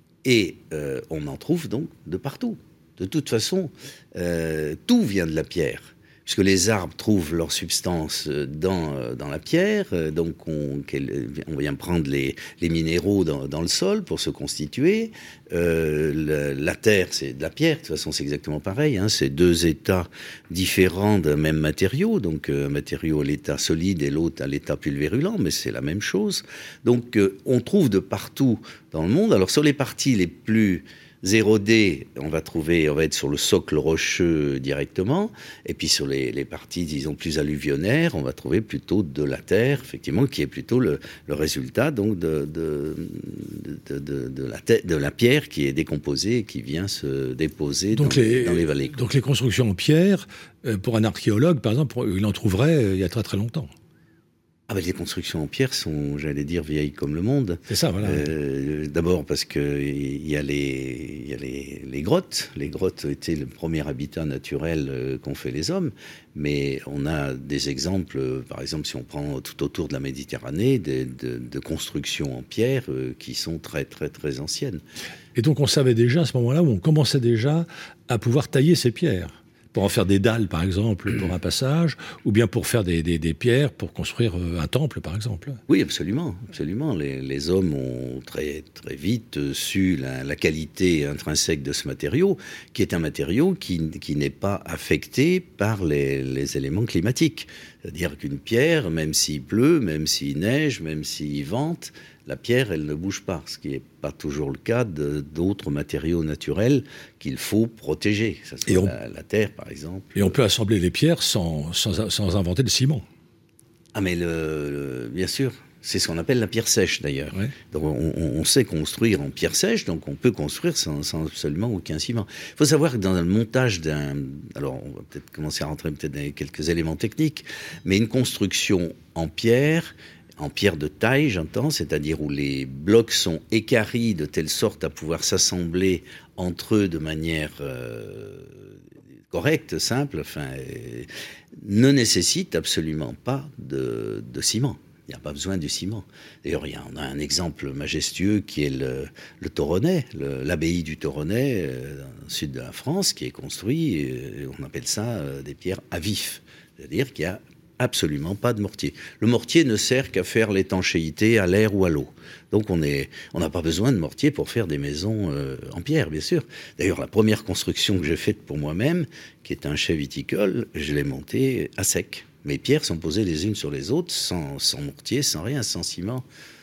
Et euh, on en trouve donc de partout. De toute façon, euh, tout vient de la pierre, puisque les arbres trouvent leur substance dans, dans la pierre, donc on, on vient prendre les, les minéraux dans, dans le sol pour se constituer. Euh, la, la terre, c'est de la pierre, de toute façon c'est exactement pareil, hein, c'est deux états différents d'un même matériau, donc un matériau à l'état solide et l'autre à l'état pulvérulent, mais c'est la même chose. Donc euh, on trouve de partout dans le monde. Alors sur les parties les plus érodées, on va trouver, on va être sur le socle rocheux directement, et puis sur les, les parties, disons, plus alluvionnaires, on va trouver plutôt de la terre, effectivement, qui est plutôt le, le résultat donc de, de, de, de, de, la terre, de la pierre qui est décomposée et qui vient se déposer donc dans les, dans les vallées. Donc les constructions en pierre, pour un archéologue, par exemple, il en trouverait il y a très très longtemps. Ah ben les constructions en pierre sont, j'allais dire, vieilles comme le monde. C'est ça, voilà. Euh, d'abord parce que il y a les, il y a les, les grottes. Les grottes étaient le premier habitat naturel euh, qu'ont fait les hommes. Mais on a des exemples, euh, par exemple, si on prend tout autour de la Méditerranée, de, de, de constructions en pierre euh, qui sont très, très, très anciennes. Et donc on savait déjà à ce moment-là, où on commençait déjà à pouvoir tailler ces pierres, pour en faire des dalles, par exemple, pour un passage, ou bien pour faire des, des, des pierres pour construire un temple, par exemple. Oui, absolument, absolument. Les, les hommes ont très, très vite su la, la qualité intrinsèque de ce matériau, qui est un matériau qui, qui n'est pas affecté par les, les éléments climatiques. C'est-à-dire qu'une pierre, même s'il pleut, même s'il neige, même s'il vente, la pierre, elle ne bouge pas, ce qui n'est pas toujours le cas de, d'autres matériaux naturels qu'il faut protéger. Ça soit on, la, la terre, par exemple. Et on peut assembler les pierres sans, sans, sans inventer le ciment. Ah, mais le, le, bien sûr, c'est ce qu'on appelle la pierre sèche, d'ailleurs. Ouais. Donc on, on sait construire en pierre sèche, donc on peut construire sans, sans absolument aucun ciment. Il faut savoir que dans le montage d'un... Alors, on va peut-être commencer à rentrer peut-être dans quelques éléments techniques, mais une construction en pierre... en pierre de taille, j'entends, c'est-à-dire où les blocs sont équarris de telle sorte à pouvoir s'assembler entre eux de manière euh, correcte, simple, enfin, euh, ne nécessite absolument pas de, de ciment. Il n'y a pas besoin du ciment. D'ailleurs, il y a, on a un exemple majestueux qui est le, le Toronnais, le, l'abbaye du Toronnais, euh, dans le sud de la France, qui est construit, euh, on appelle ça euh, des pierres à vif. C'est-à-dire qu'il n'y a absolument pas de mortier. Le mortier ne sert qu'à faire l'étanchéité à l'air ou à l'eau. Donc on est, on n'a pas besoin de mortier pour faire des maisons euh, en pierre, bien sûr. D'ailleurs, la première construction que j'ai faite pour moi-même, qui est un chai viticole, je l'ai montée à sec. Mes pierres sont posées les unes sur les autres, sans, sans mortier, sans rien, sans ciment.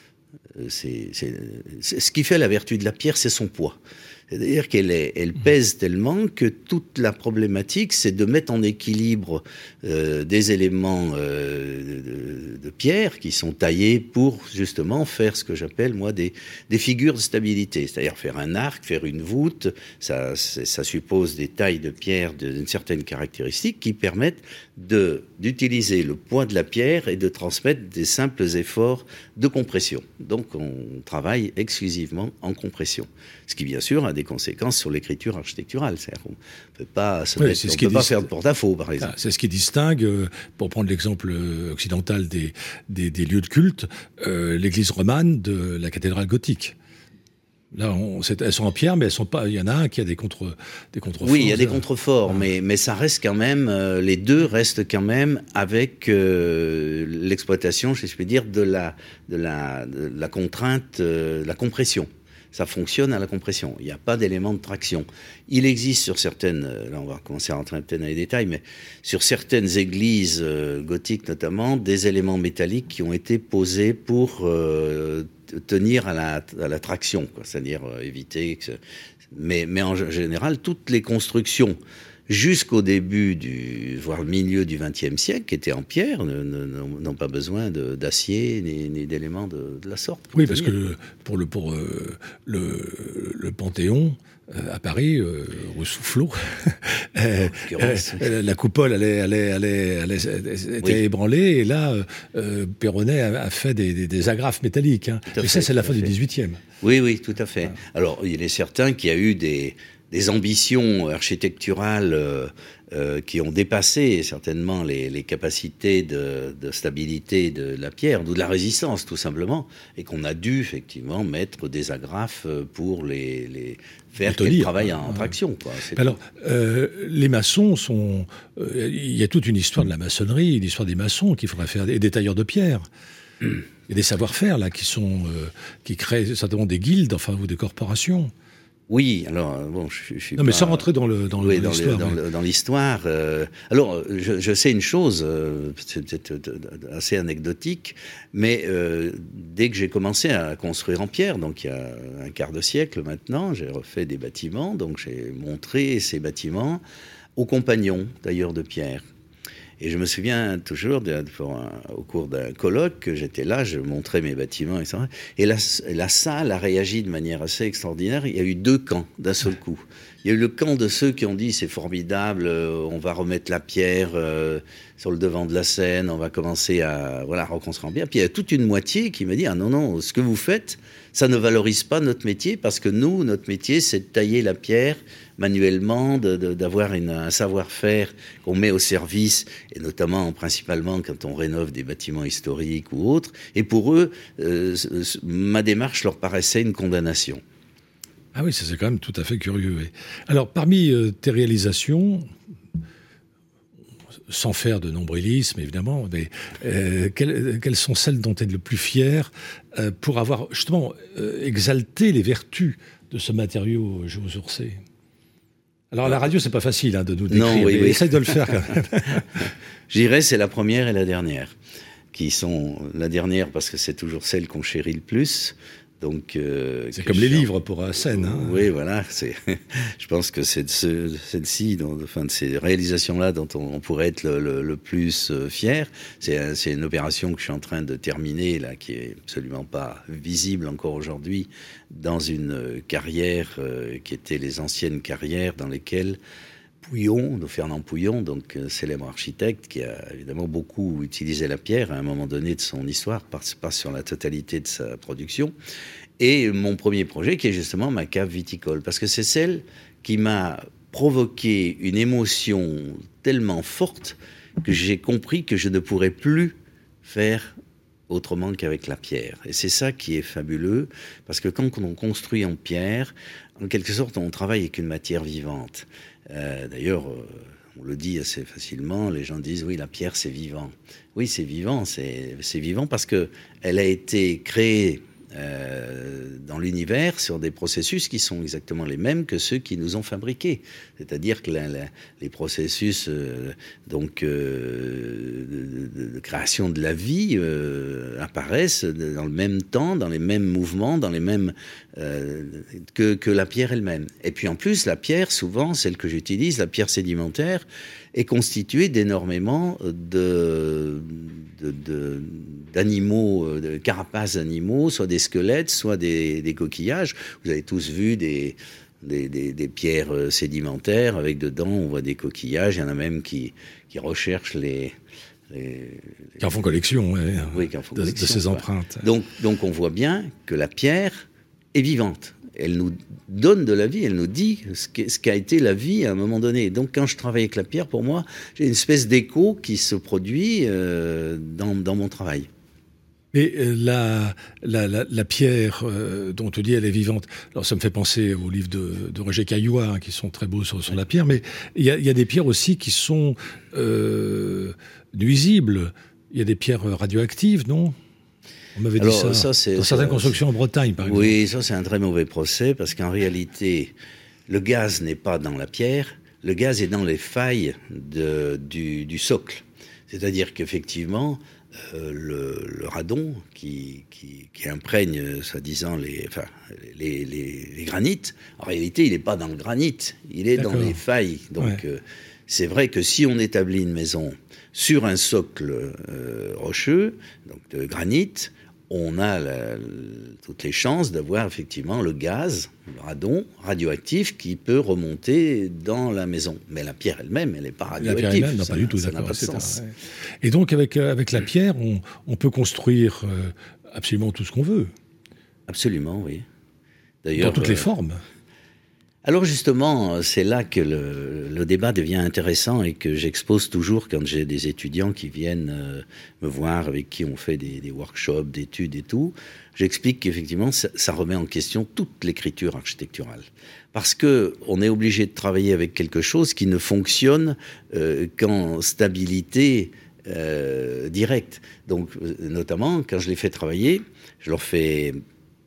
C'est, c'est, c'est, ce qui fait la vertu de la pierre, c'est son poids. C'est-à-dire qu'elle est, elle pèse tellement que toute la problématique, c'est de mettre en équilibre euh, des éléments euh, de, de pierre qui sont taillés pour justement faire ce que j'appelle, moi, des, des figures de stabilité. C'est-à-dire faire un arc, faire une voûte, ça, ça suppose des tailles de pierre d'une certaine caractéristique qui permettent de, d'utiliser le poids de la pierre et de transmettre des simples efforts de compression. Donc on travaille exclusivement en compression. Ce qui, bien sûr, a des conséquences sur l'écriture architecturale. C'est-à-dire qu'on ne peut pas, se oui, mettre, on peut pas faire de porte-à-faux, par exemple. Ah, c'est ce qui distingue, pour prendre l'exemple occidental des, des, des lieux de culte, euh, l'église romane de la cathédrale gothique. Là, on, elles sont en pierre, mais elles sont pas. Il y en a un qui a des contre, des contreforts. Oui, il y a des contreforts, ah. mais mais ça reste quand même. Euh, les deux restent quand même avec euh, l'exploitation, si je puis dire, de la de la de la contrainte, euh, la compression. Ça fonctionne à la compression. Il n'y a pas d'élément de traction. Il existe sur certaines, là on va commencer à rentrer peut-être dans les détails, mais sur certaines églises euh, gothiques notamment, des éléments métalliques qui ont été posés pour euh, tenir à la, à la traction, quoi. C'est-à-dire euh, éviter que... Mais, mais en général, toutes les constructions jusqu'au début, du, voire le milieu du vingtième siècle, qui étaient en pierre, ne, ne, n'ont pas besoin de, d'acier ni, ni d'éléments de, de la sorte. Oui, parce que pour le, pour, euh, le, le Panthéon, euh, à Paris, euh, au Soufflot, euh, euh, la coupole elle, est, elle, est, elle, est, elle, est, elle était oui. ébranlée, et là, euh, Perronnet a, a fait des, des, des agrafes métalliques. Hein. Et fait, ça, c'est la fin fait. du dix-huitième. Oui, oui, tout à fait. Ah. Alors, il est certain qu'il y a eu des... des ambitions architecturales euh, euh, qui ont dépassé certainement les, les capacités de, de stabilité de la pierre, ou de la résistance tout simplement, et qu'on a dû effectivement mettre des agrafes pour les, les faire qu'elles travaillent en traction. Quoi. C'est Alors, euh, les maçons sont... Euh, il y a toute une histoire de la maçonnerie, une histoire des maçons qu'il faudrait faire, et des tailleurs de pierre. Il y a des savoir-faire là qui sont euh, qui créent certainement des guildes, enfin ou des corporations. Oui, alors bon, je, je suis non, pas... mais sans rentrer dans le dans, oui, le, dans, dans l'histoire. Le, dans, ouais. le, dans l'histoire. Euh, alors, je, je sais une chose, euh, c'est peut-être assez anecdotique, mais euh, dès que j'ai commencé à construire en pierre, donc il y a un quart de siècle maintenant, j'ai refait des bâtiments, donc j'ai montré ces bâtiments aux compagnons tailleurs de pierre. Et je me souviens toujours, de, pour un, au cours d'un colloque, que j'étais là, je montrais mes bâtiments, et cetera. Et la, la salle a réagi de manière assez extraordinaire. Il y a eu deux camps d'un seul coup. Il y a eu le camp de ceux qui ont dit c'est formidable, euh, on va remettre la pierre euh, sur le devant de la scène, on va commencer à voilà, reconstruire en pierre. Puis il y a toute une moitié qui m'a dit ah non, non, ce que vous faites, ça ne valorise pas notre métier, parce que nous, notre métier, c'est de tailler la pierre manuellement, de, de, d'avoir une, un savoir-faire qu'on met au service, et notamment, principalement, quand on rénove des bâtiments historiques ou autres. Et pour eux, euh, ma démarche leur paraissait une condamnation. Ah oui, ça c'est quand même tout à fait curieux. Oui. Alors, parmi euh, tes réalisations, sans faire de nombrilisme évidemment, mais euh, quelles, quelles sont celles dont tu es le plus fier euh, pour avoir justement euh, exalté les vertus de ce matériau géosourcé? Alors, à la radio, c'est pas facile hein, de nous décrire, non, oui, mais oui. Essaye de le faire quand même. Je dirais c'est la première et la dernière, qui sont la dernière parce que c'est toujours celle qu'on chérit le plus. Donc, euh, c'est comme les chante... livres pour Seine. Hein. Oui, voilà. C'est... je pense que c'est de ce... celle-ci, dont... enfin, de ces réalisations-là dont on, on pourrait être le, le, le plus euh, fier. C'est, c'est une opération que je suis en train de terminer, là, qui est absolument pas visible encore aujourd'hui, dans une carrière euh, qui était les anciennes carrières dans lesquelles Pouillon, de Fernand Pouillon, donc euh, célèbre architecte qui a évidemment beaucoup utilisé la pierre à un moment donné de son histoire, pas, pas sur la totalité de sa production, et mon premier projet qui est justement ma cave viticole, parce que c'est celle qui m'a provoqué une émotion tellement forte que j'ai compris que je ne pourrais plus faire autrement qu'avec la pierre. Et c'est ça qui est fabuleux, parce que quand on construit en pierre, en quelque sorte, on travaille avec une matière vivante. Euh, d'ailleurs, euh, on le dit assez facilement, les gens disent « oui, la pierre, c'est vivant ». Oui, c'est vivant, c'est, c'est vivant parce qu'elle a été créée Euh, dans l'univers sur des processus qui sont exactement les mêmes que ceux qui nous ont fabriqués. C'est-à-dire que la, la, les processus euh, donc, euh, de, de, de création de la vie euh, apparaissent dans le même temps, dans les mêmes mouvements, dans les mêmes euh, que, que la pierre elle-même. Et puis en plus, la pierre, souvent, celle que j'utilise, la pierre sédimentaire, est constituée d'énormément de, de, de, d'animaux, de carapaces d'animaux, soit des squelettes, soit des, des coquillages. Vous avez tous vu des, des, des, des pierres sédimentaires avec dedans, on voit des coquillages. Il y en a même qui, qui recherchent les... Les, qui en font collection, ouais, oui, qui en font de, collection, de ces quoi. empreintes. Donc, donc on voit bien que la pierre est vivante. Elle nous donne de la vie, elle nous dit ce qu'a, ce qu'a été la vie à un moment donné. Donc quand je travaille avec la pierre, pour moi, j'ai une espèce d'écho qui se produit euh, dans, dans mon travail. Mais euh, la, la, la, la pierre euh, dont on te dit elle est vivante, alors ça me fait penser aux livres de, de Roger Caillois, hein, qui sont très beaux sur, sur la pierre, mais il y a, y a des pierres aussi qui sont euh, nuisibles. Il y a des pierres radioactives, non ? On m'avait dit Alors, ça, ça c'est, dans certaines ça, constructions en Bretagne, par exemple. Oui, ça c'est un très mauvais procès, parce qu'en réalité, le gaz n'est pas dans la pierre, le gaz est dans les failles de, du, du socle. C'est-à-dire qu'effectivement, euh, le, le radon qui, qui, qui imprègne, soi-disant, les, enfin, les, les, les granites, en réalité, il n'est pas dans le granit, il est D'accord. dans les failles. Donc, ouais. euh, c'est vrai que si on établit une maison sur un socle euh, rocheux, donc de granit, on a la, toutes les chances d'avoir effectivement le gaz, le radon radioactif qui peut remonter dans la maison. Mais la pierre elle-même, elle n'est pas radioactive. La pierre elle-même, non, pas du tout, ça d'accord. n'a pas de c'est sens. Un, ouais. Et donc, avec, euh, avec la pierre, on, on peut construire euh, absolument tout ce qu'on veut. Absolument, oui. D'ailleurs, dans toutes euh, les formes. Alors justement, c'est là que le, le débat devient intéressant et que j'expose toujours quand j'ai des étudiants qui viennent euh, me voir, avec qui on fait des, des workshops, d'études et tout. J'explique qu'effectivement, ça, ça remet en question toute l'écriture architecturale. Parce qu'on est obligé de travailler avec quelque chose qui ne fonctionne euh, qu'en stabilité euh, directe. Donc, notamment, quand je les fais travailler, je leur fais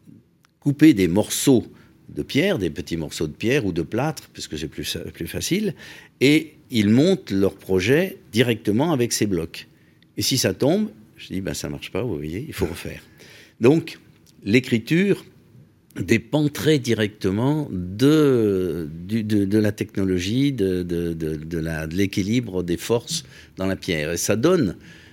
couper des morceaux de pierre, des petits morceaux de pierre ou de plâtre, puisque c'est plus, plus facile, et ils montent leur projet directement avec ces blocs. Et si ça tombe, je dis, ben ça marche pas, vous voyez, il faut refaire. Donc, l'écriture dépend très directement de, de, de, de la technologie, de, de, de, de, la, de l'équilibre des forces dans la pierre. Et ça donne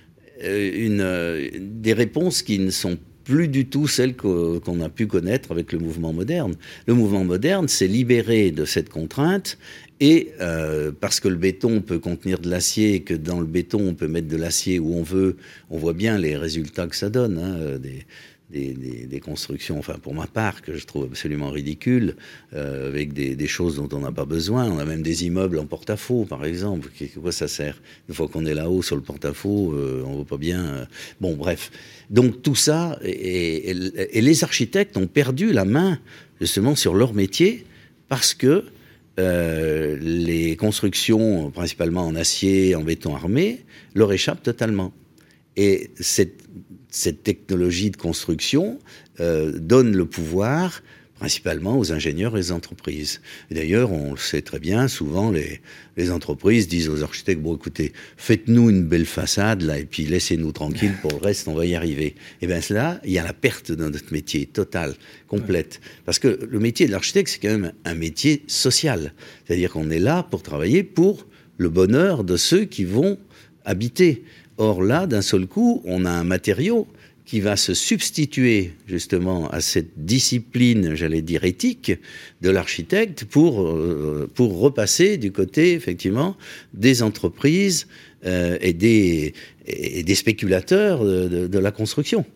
une, des réponses qui ne sont plus du tout celles qu'on a pu connaître avec le mouvement moderne. Le mouvement moderne s'est libéré de cette contrainte et euh, parce que le béton peut contenir de l'acier et que dans le béton on peut mettre de l'acier où on veut, on voit bien les résultats que ça donne, hein, des, des, des, des constructions, enfin pour ma part, que je trouve absolument ridicules, euh, avec des, des choses dont on n'a pas besoin. On a même des immeubles en porte-à-faux, par exemple. À quoi ça sert ? Une fois qu'on est là-haut sur le porte-à-faux, euh, on ne voit pas bien. Euh... Bon, bref. Donc tout ça, et, et, et les architectes ont perdu la main justement sur leur métier parce que euh, les constructions, principalement en acier, en béton armé, leur échappent totalement. Et cette, cette technologie de construction euh, donne le pouvoir principalement aux ingénieurs et aux entreprises. Et d'ailleurs, on le sait très bien, souvent les, les entreprises disent aux architectes, bon écoutez, faites-nous une belle façade là, et puis laissez-nous tranquilles, pour le reste, on va y arriver. Et bien là, il y a la perte de notre métier, totale, complète. Parce que le métier de l'architecte, c'est quand même un métier social. C'est-à-dire qu'on est là pour travailler pour le bonheur de ceux qui vont habiter. Or là, d'un seul coup, on a un matériau qui va se substituer justement à cette discipline, j'allais dire éthique, de l'architecte pour, euh, pour repasser du côté, effectivement, des entreprises euh, et, des, et des spéculateurs de, de, de la construction.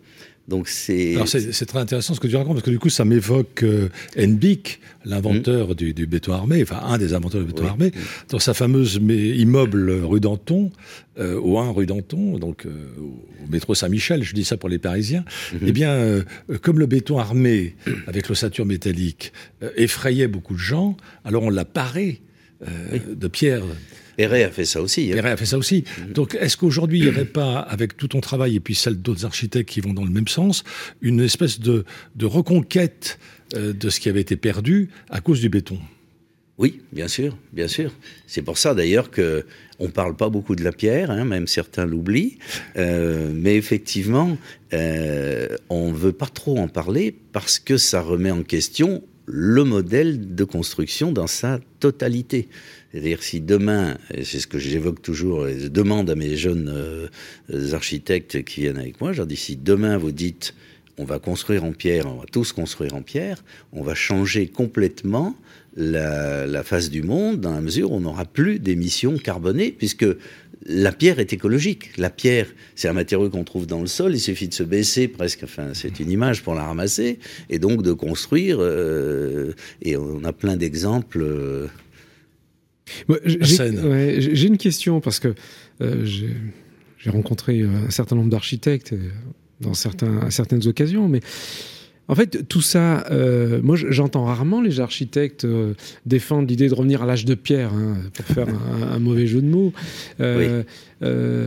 Donc c'est... Alors c'est, c'est très intéressant ce que tu racontes, parce que du coup ça m'évoque euh, Hennebique, l'inventeur mmh. du, du béton armé, enfin un des inventeurs du béton oui. armé, dans sa fameuse mais, immeuble rue Danton, euh, au un rue Danton, donc euh, au métro Saint-Michel, je dis ça pour les Parisiens, mmh. eh bien euh, comme le béton armé avec l'ossature métallique euh, effrayait beaucoup de gens, alors on l'a paré euh, oui. de pierre. Perret a fait ça aussi. Hein. Perret a fait ça aussi. Mmh. Donc, est-ce qu'aujourd'hui, il n'y aurait pas, avec tout ton travail et puis celle d'autres architectes qui vont dans le même sens, une espèce de, de reconquête euh, de ce qui avait été perdu à cause du béton ? Oui, bien sûr, bien sûr. C'est pour ça d'ailleurs que on parle pas beaucoup de la pierre, hein, même certains l'oublient. Euh, mais effectivement, euh, on veut pas trop en parler parce que ça remet en question le modèle de construction dans sa totalité. C'est-à-dire si demain, et c'est ce que j'évoque toujours, et je demande à mes jeunes euh, architectes qui viennent avec moi, je leur dis si demain vous dites on va construire en pierre, on va tous construire en pierre, on va changer complètement la, la face du monde dans la mesure où on n'aura plus d'émissions carbonées puisque la pierre est écologique. La pierre, c'est un matériau qu'on trouve dans le sol, il suffit de se baisser presque, enfin c'est une image pour la ramasser, et donc de construire, euh, et on a plein d'exemples. Euh, Ouais, j'ai, ouais, j'ai une question parce que euh, j'ai, j'ai rencontré un certain nombre d'architectes dans certains, à certaines occasions, mais en fait tout ça, euh, moi j'entends rarement les architectes euh, défendre l'idée de revenir à l'âge de pierre, hein, pour faire un, un mauvais jeu de mots. Euh, oui. euh,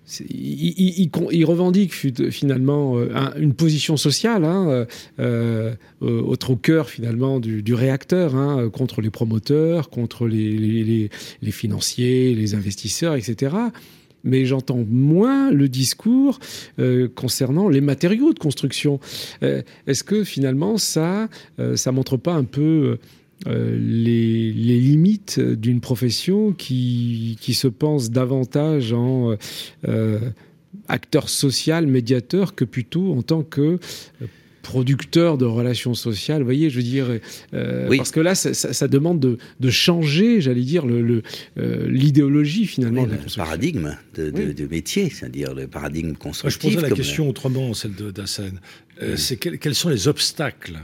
Il, il, il, il revendique finalement un, une position sociale, hein, euh, au, au cœur finalement du, du réacteur, hein, contre les promoteurs, contre les, les, les, les financiers, les investisseurs, et cetera. Mais j'entends moins le discours euh, concernant les matériaux de construction. Euh, est-ce que finalement ça, euh, ça montre pas un peu Euh, les, les limites d'une profession qui, qui se pense davantage en euh, acteur social, médiateur, que plutôt en tant que producteur de relations sociales, vous voyez, je veux dire, euh, oui. parce que là, ça, ça, ça demande de, de changer, j'allais dire, le, le, euh, l'idéologie finalement oui, de la le construction. paradigme de, de, oui. de métier, c'est-à-dire le paradigme constructif. Moi, je posais la question la... autrement, celle de d'Hassane. Euh, oui. C'est quel, quels sont les obstacles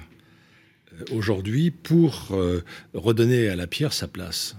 aujourd'hui pour euh, redonner à la pierre sa place?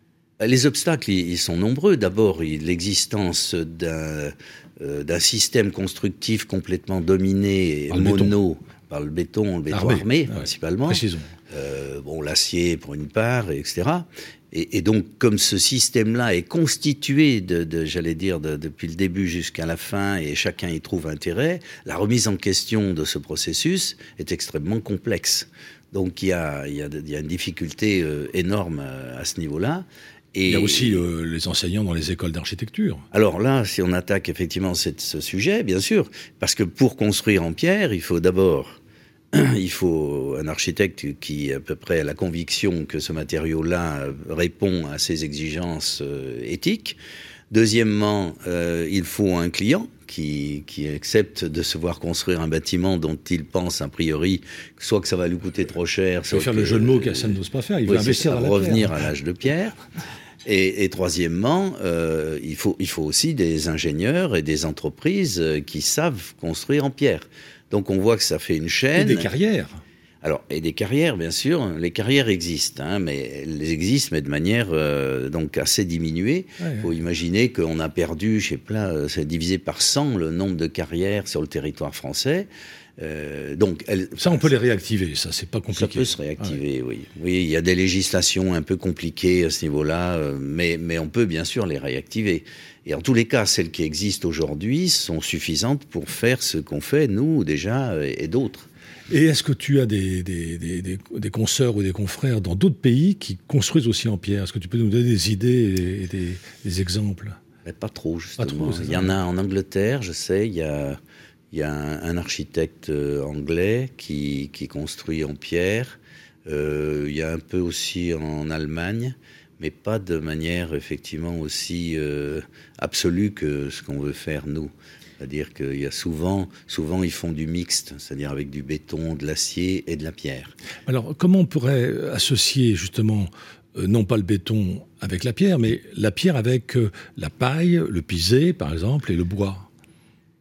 Les obstacles, ils sont nombreux. D'abord, l'existence d'un, euh, d'un système constructif complètement dominé, par mono, béton. par le béton, le béton armé, armé ah principalement. Ouais, euh, bon, l'acier pour une part, et cetera. Et, et donc, comme ce système-là est constitué, de, de, j'allais dire, de, depuis le début jusqu'à la fin, et chacun y trouve intérêt, la remise en question de ce processus est extrêmement complexe. Donc il y a, il y a, il y a une difficulté euh, énorme à, à ce niveau-là. Et il y a aussi euh, les enseignants dans les écoles d'architecture. Alors là, si on attaque effectivement cette, ce sujet, bien sûr, parce que pour construire en pierre, il faut d'abord, il faut un architecte qui à peu près a la conviction que ce matériau-là répond à ses exigences euh, éthiques. Deuxièmement, euh, il faut un client qui, qui accepte de se voir construire un bâtiment dont il pense a priori soit que ça va lui coûter trop cher, soit faire que, le jeu de mots qu'Hassane n'ose pas faire. Il oui, veut investir ça, dans la revenir pierre. à l'âge de pierre. Et, et troisièmement, euh, il faut, il faut aussi des ingénieurs et des entreprises qui savent construire en pierre. Donc on voit que ça fait une chaîne. Et des carrières. Alors, et des carrières, bien sûr. Les carrières existent, hein, mais elles existent, mais de manière euh, donc assez diminuée. Il ouais, faut ouais. imaginer qu'on a perdu, je sais pas, euh, c'est divisé par cent le nombre de carrières sur le territoire français. Euh, donc, elle, ça, on peut les réactiver, ça, c'est pas compliqué. Ça peut se réactiver, ouais. oui. Oui, il y a des législations un peu compliquées à ce niveau-là, euh, mais, mais on peut bien sûr les réactiver. Et en tous les cas, celles qui existent aujourd'hui sont suffisantes pour faire ce qu'on fait, nous, déjà, et, et d'autres. Et est-ce que tu as des, des, des, des, des consoeurs ou des confrères dans d'autres pays qui construisent aussi en pierre? Est-ce que tu peux nous donner des idées et des, des exemples? Mais pas trop, justement. Pas trop, il y ça. en a en Angleterre, je sais, il y a, il y a un, un architecte anglais qui, qui construit en pierre. Euh, il y a un peu aussi en Allemagne, mais pas de manière effectivement aussi euh, absolue que ce qu'on veut faire nous. C'est-à-dire qu'il y a souvent, souvent ils font du mixte, c'est-à-dire avec du béton, de l'acier et de la pierre. Alors, comment on pourrait associer justement, euh, non pas le béton avec la pierre, mais la pierre avec euh, la paille, le pisé, par exemple, et le bois?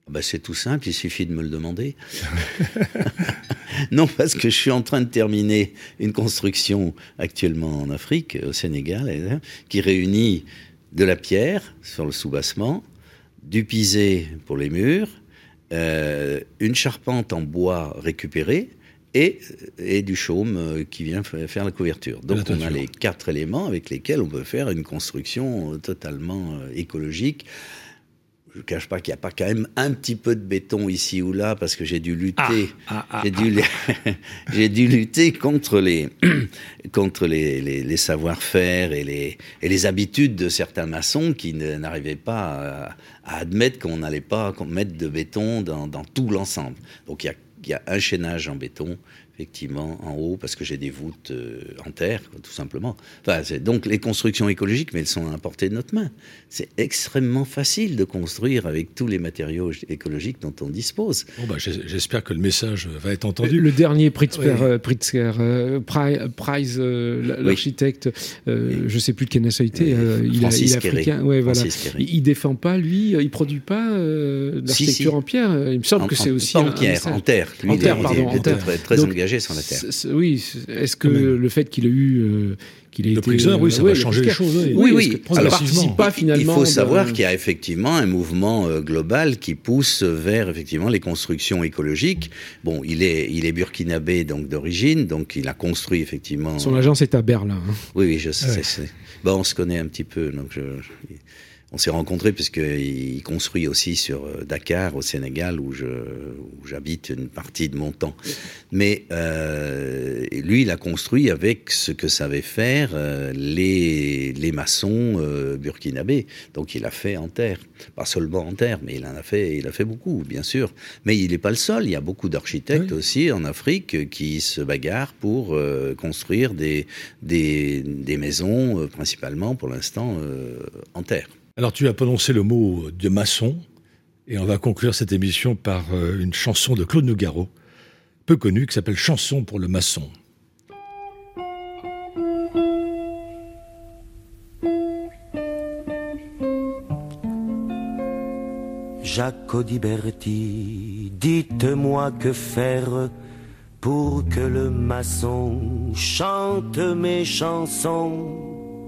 Ben, c'est tout simple, il suffit de me le demander. Non, parce que je suis en train de terminer une construction actuellement en Afrique, au Sénégal, qui réunit de la pierre sur le soubassement, du pisé pour les murs, euh, une charpente en bois récupérée et, et du chaume qui vient faire la couverture. Donc on a les quatre éléments avec lesquels on peut faire une construction totalement écologique. Je ne cache pas qu'il n'y a pas quand même un petit peu de béton ici ou là, parce que j'ai dû lutter, ah, ah, ah, j'ai, dû, ah. j'ai dû lutter contre les, contre les, les, les savoir-faire et les, et les habitudes de certains maçons qui ne, n'arrivaient pas à, à admettre qu'on n'allait pas mettre de béton dans, dans tout l'ensemble. Donc il y a, il y a un chaînage en béton, effectivement, en haut, parce que j'ai des voûtes euh, en terre, tout simplement. Enfin, c'est donc les constructions écologiques, mais elles sont à la portée de notre main. C'est extrêmement facile de construire avec tous les matériaux écologiques dont on dispose. Bon bah, j'espère que le message va être entendu. Le, le dernier Pritzker, oui. euh, Pritzker euh, Price, euh, l'architecte, euh, oui. je ne sais plus de quelle nationalité, euh, il, a, il est africain. Ouais, voilà. Il ne défend pas, lui, il ne produit pas euh, l'architecture si, si. en pierre. Il me semble en, que c'est en, aussi pas un, en pierre, un en terre. Lui, en terre, il est, pardon, il est en terre. très, très Donc, engagé sur la terre. C'est, oui, est-ce que le fait qu'il ait eu, euh, qu'il ait le été, Pritzker, oui, ça euh, va ouais, changer les choses. Oui, oui, oui. oui. Alors, participe pas finalement. Il faut savoir de... qu'il y a effectivement un mouvement euh, global qui pousse vers effectivement les constructions écologiques. Bon, il est, il est burkinabé donc d'origine, donc il a construit effectivement. Son agence est à Berlin. Hein. Oui, oui, je sais. Ouais. C'est... Bon, on se connaît un petit peu, donc je. je... On s'est rencontrés puisqu'il construit aussi sur Dakar, au Sénégal, où, je, où j'habite une partie de mon temps. Mais euh, lui, il a construit avec ce que savaient faire euh, les, les maçons euh, burkinabés. Donc il a fait en terre. Pas seulement en terre, mais il en a fait, il a fait beaucoup, bien sûr. Mais il n'est pas le seul. Il y a beaucoup d'architectes oui. aussi en Afrique qui se bagarrent pour euh, construire des, des, des maisons, euh, principalement pour l'instant, euh, en terre. Alors tu as prononcé le mot de maçon, et on va conclure cette émission par une chanson de Claude Nougaro, peu connue, qui s'appelle « Chanson pour le maçon ». Jacques Audiberti, dites-moi que faire pour que le maçon chante mes chansons.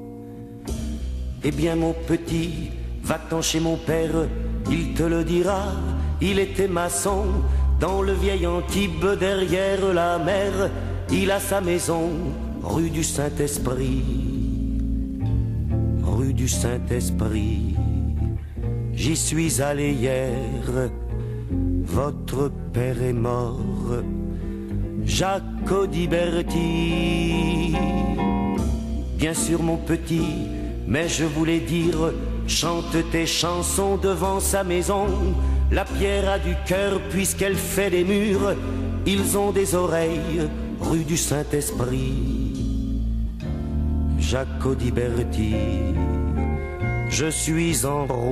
Eh bien mon petit, va-t'en chez mon père, il te le dira, il était maçon, dans le vieil Antibes derrière la mer, il a sa maison, rue du Saint-Esprit, rue du Saint-Esprit, j'y suis allé hier, votre père est mort, Jacques Audiberti, bien sûr mon petit, mais je voulais dire, chante tes chansons devant sa maison. La pierre a du cœur puisqu'elle fait des murs. Ils ont des oreilles, rue du Saint-Esprit. Jacques Audiberti, je suis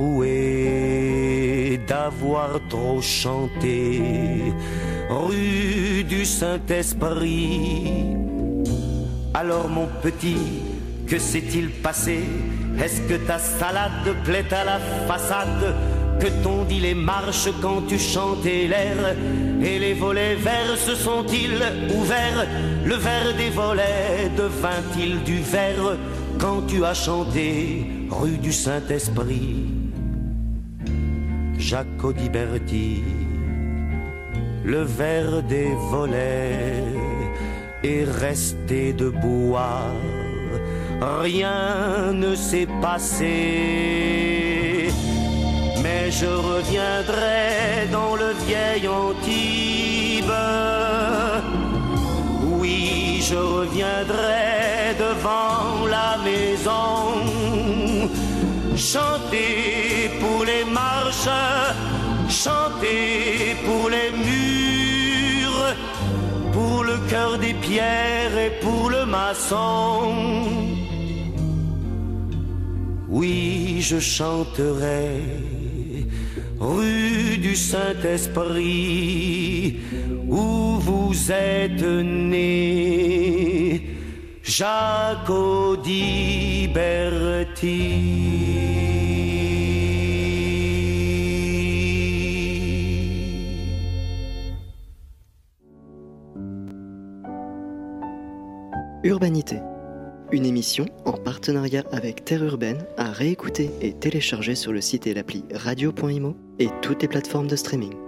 enroué d'avoir trop chanté. Rue du Saint-Esprit. Alors mon petit, que s'est-il passé? Est-ce que ta salade plaît à la façade? Que t'ont dit les marches quand tu chantais l'air? Et les volets verts se sont-ils ouverts? Le verre des volets devint-il du verre quand tu as chanté rue du Saint-Esprit? Jacques Audiberti, le verre des volets est resté de bois. Rien ne s'est passé, mais je reviendrai dans le vieil Antibes. Oui, je reviendrai devant la maison, chanter pour les marches, chanter pour les murs, pour le cœur des pierres et pour le maçon. Oui, je chanterai rue du Saint-Esprit où vous êtes né, Jacques Audiberti. Urbanité, une émission en partenariat avec Terre Urbaine à réécouter et télécharger sur le site et l'appli radio point imo et toutes les plateformes de streaming.